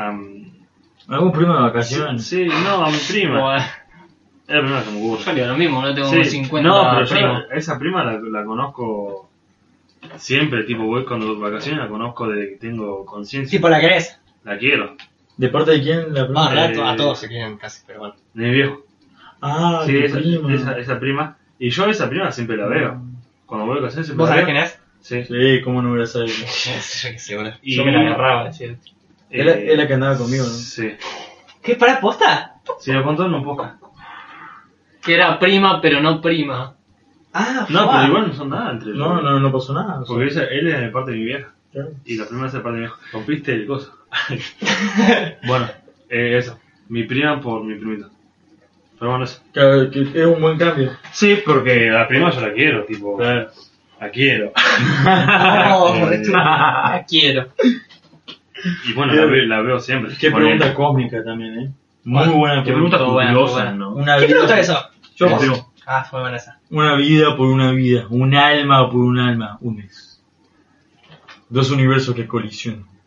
¿Algún primo de vacaciones? Sí, no, a mi prima. Bueno, Es la primera que me ocurre. yo haría lo mismo, no tengo Sí, 50 no, pero primos. yo esa prima la conozco siempre, tipo voy cuando vacaciones la conozco desde que tengo conciencia. Tipo, la querés. La quiero, ¿De parte de quién la prima? No, en realidad Eh, a todos se quieren casi, pero bueno. de mi viejo. Ah, Sí, tu esa, prima. esa prima. Y yo esa prima siempre la veo. Cuando voy de vacaciones siempre ¿Vos la sabés veo. quién es? Sí. Sí, cómo no voy a saber. Yo qué sé, boludo. Y- Yo me la agarraba, decir. Es la que andaba conmigo, ¿no? Sí. ¿Qué, para posta? Si lo contó no poca. Que era prima, pero no prima. Ah, No, fua. pero igual no son nada entre ellos. No pasó nada. Porque él es de parte de mi vieja. Claro. Y la prima es de parte de mi vieja. Rompiste el coso. Bueno, eso. Mi prima por mi primito. Pero bueno, eso. Que es un buen cambio. Sí, porque la prima yo la quiero, tipo. Claro. La quiero. No, Eh, esto- La quiero. Y bueno, la veo siempre. Qué Ponele. pregunta cósmica también, ¿eh? Muy buena Qué pregunta Muy buena, curiosa, muy buena. ¿no? Una ¿Quién vida, preguntó eso? Yo, ¿Vos? primo. Ah, fue buena esa. Una vida por una vida. Un alma por un alma. Un mes. Dos universos que colisionan.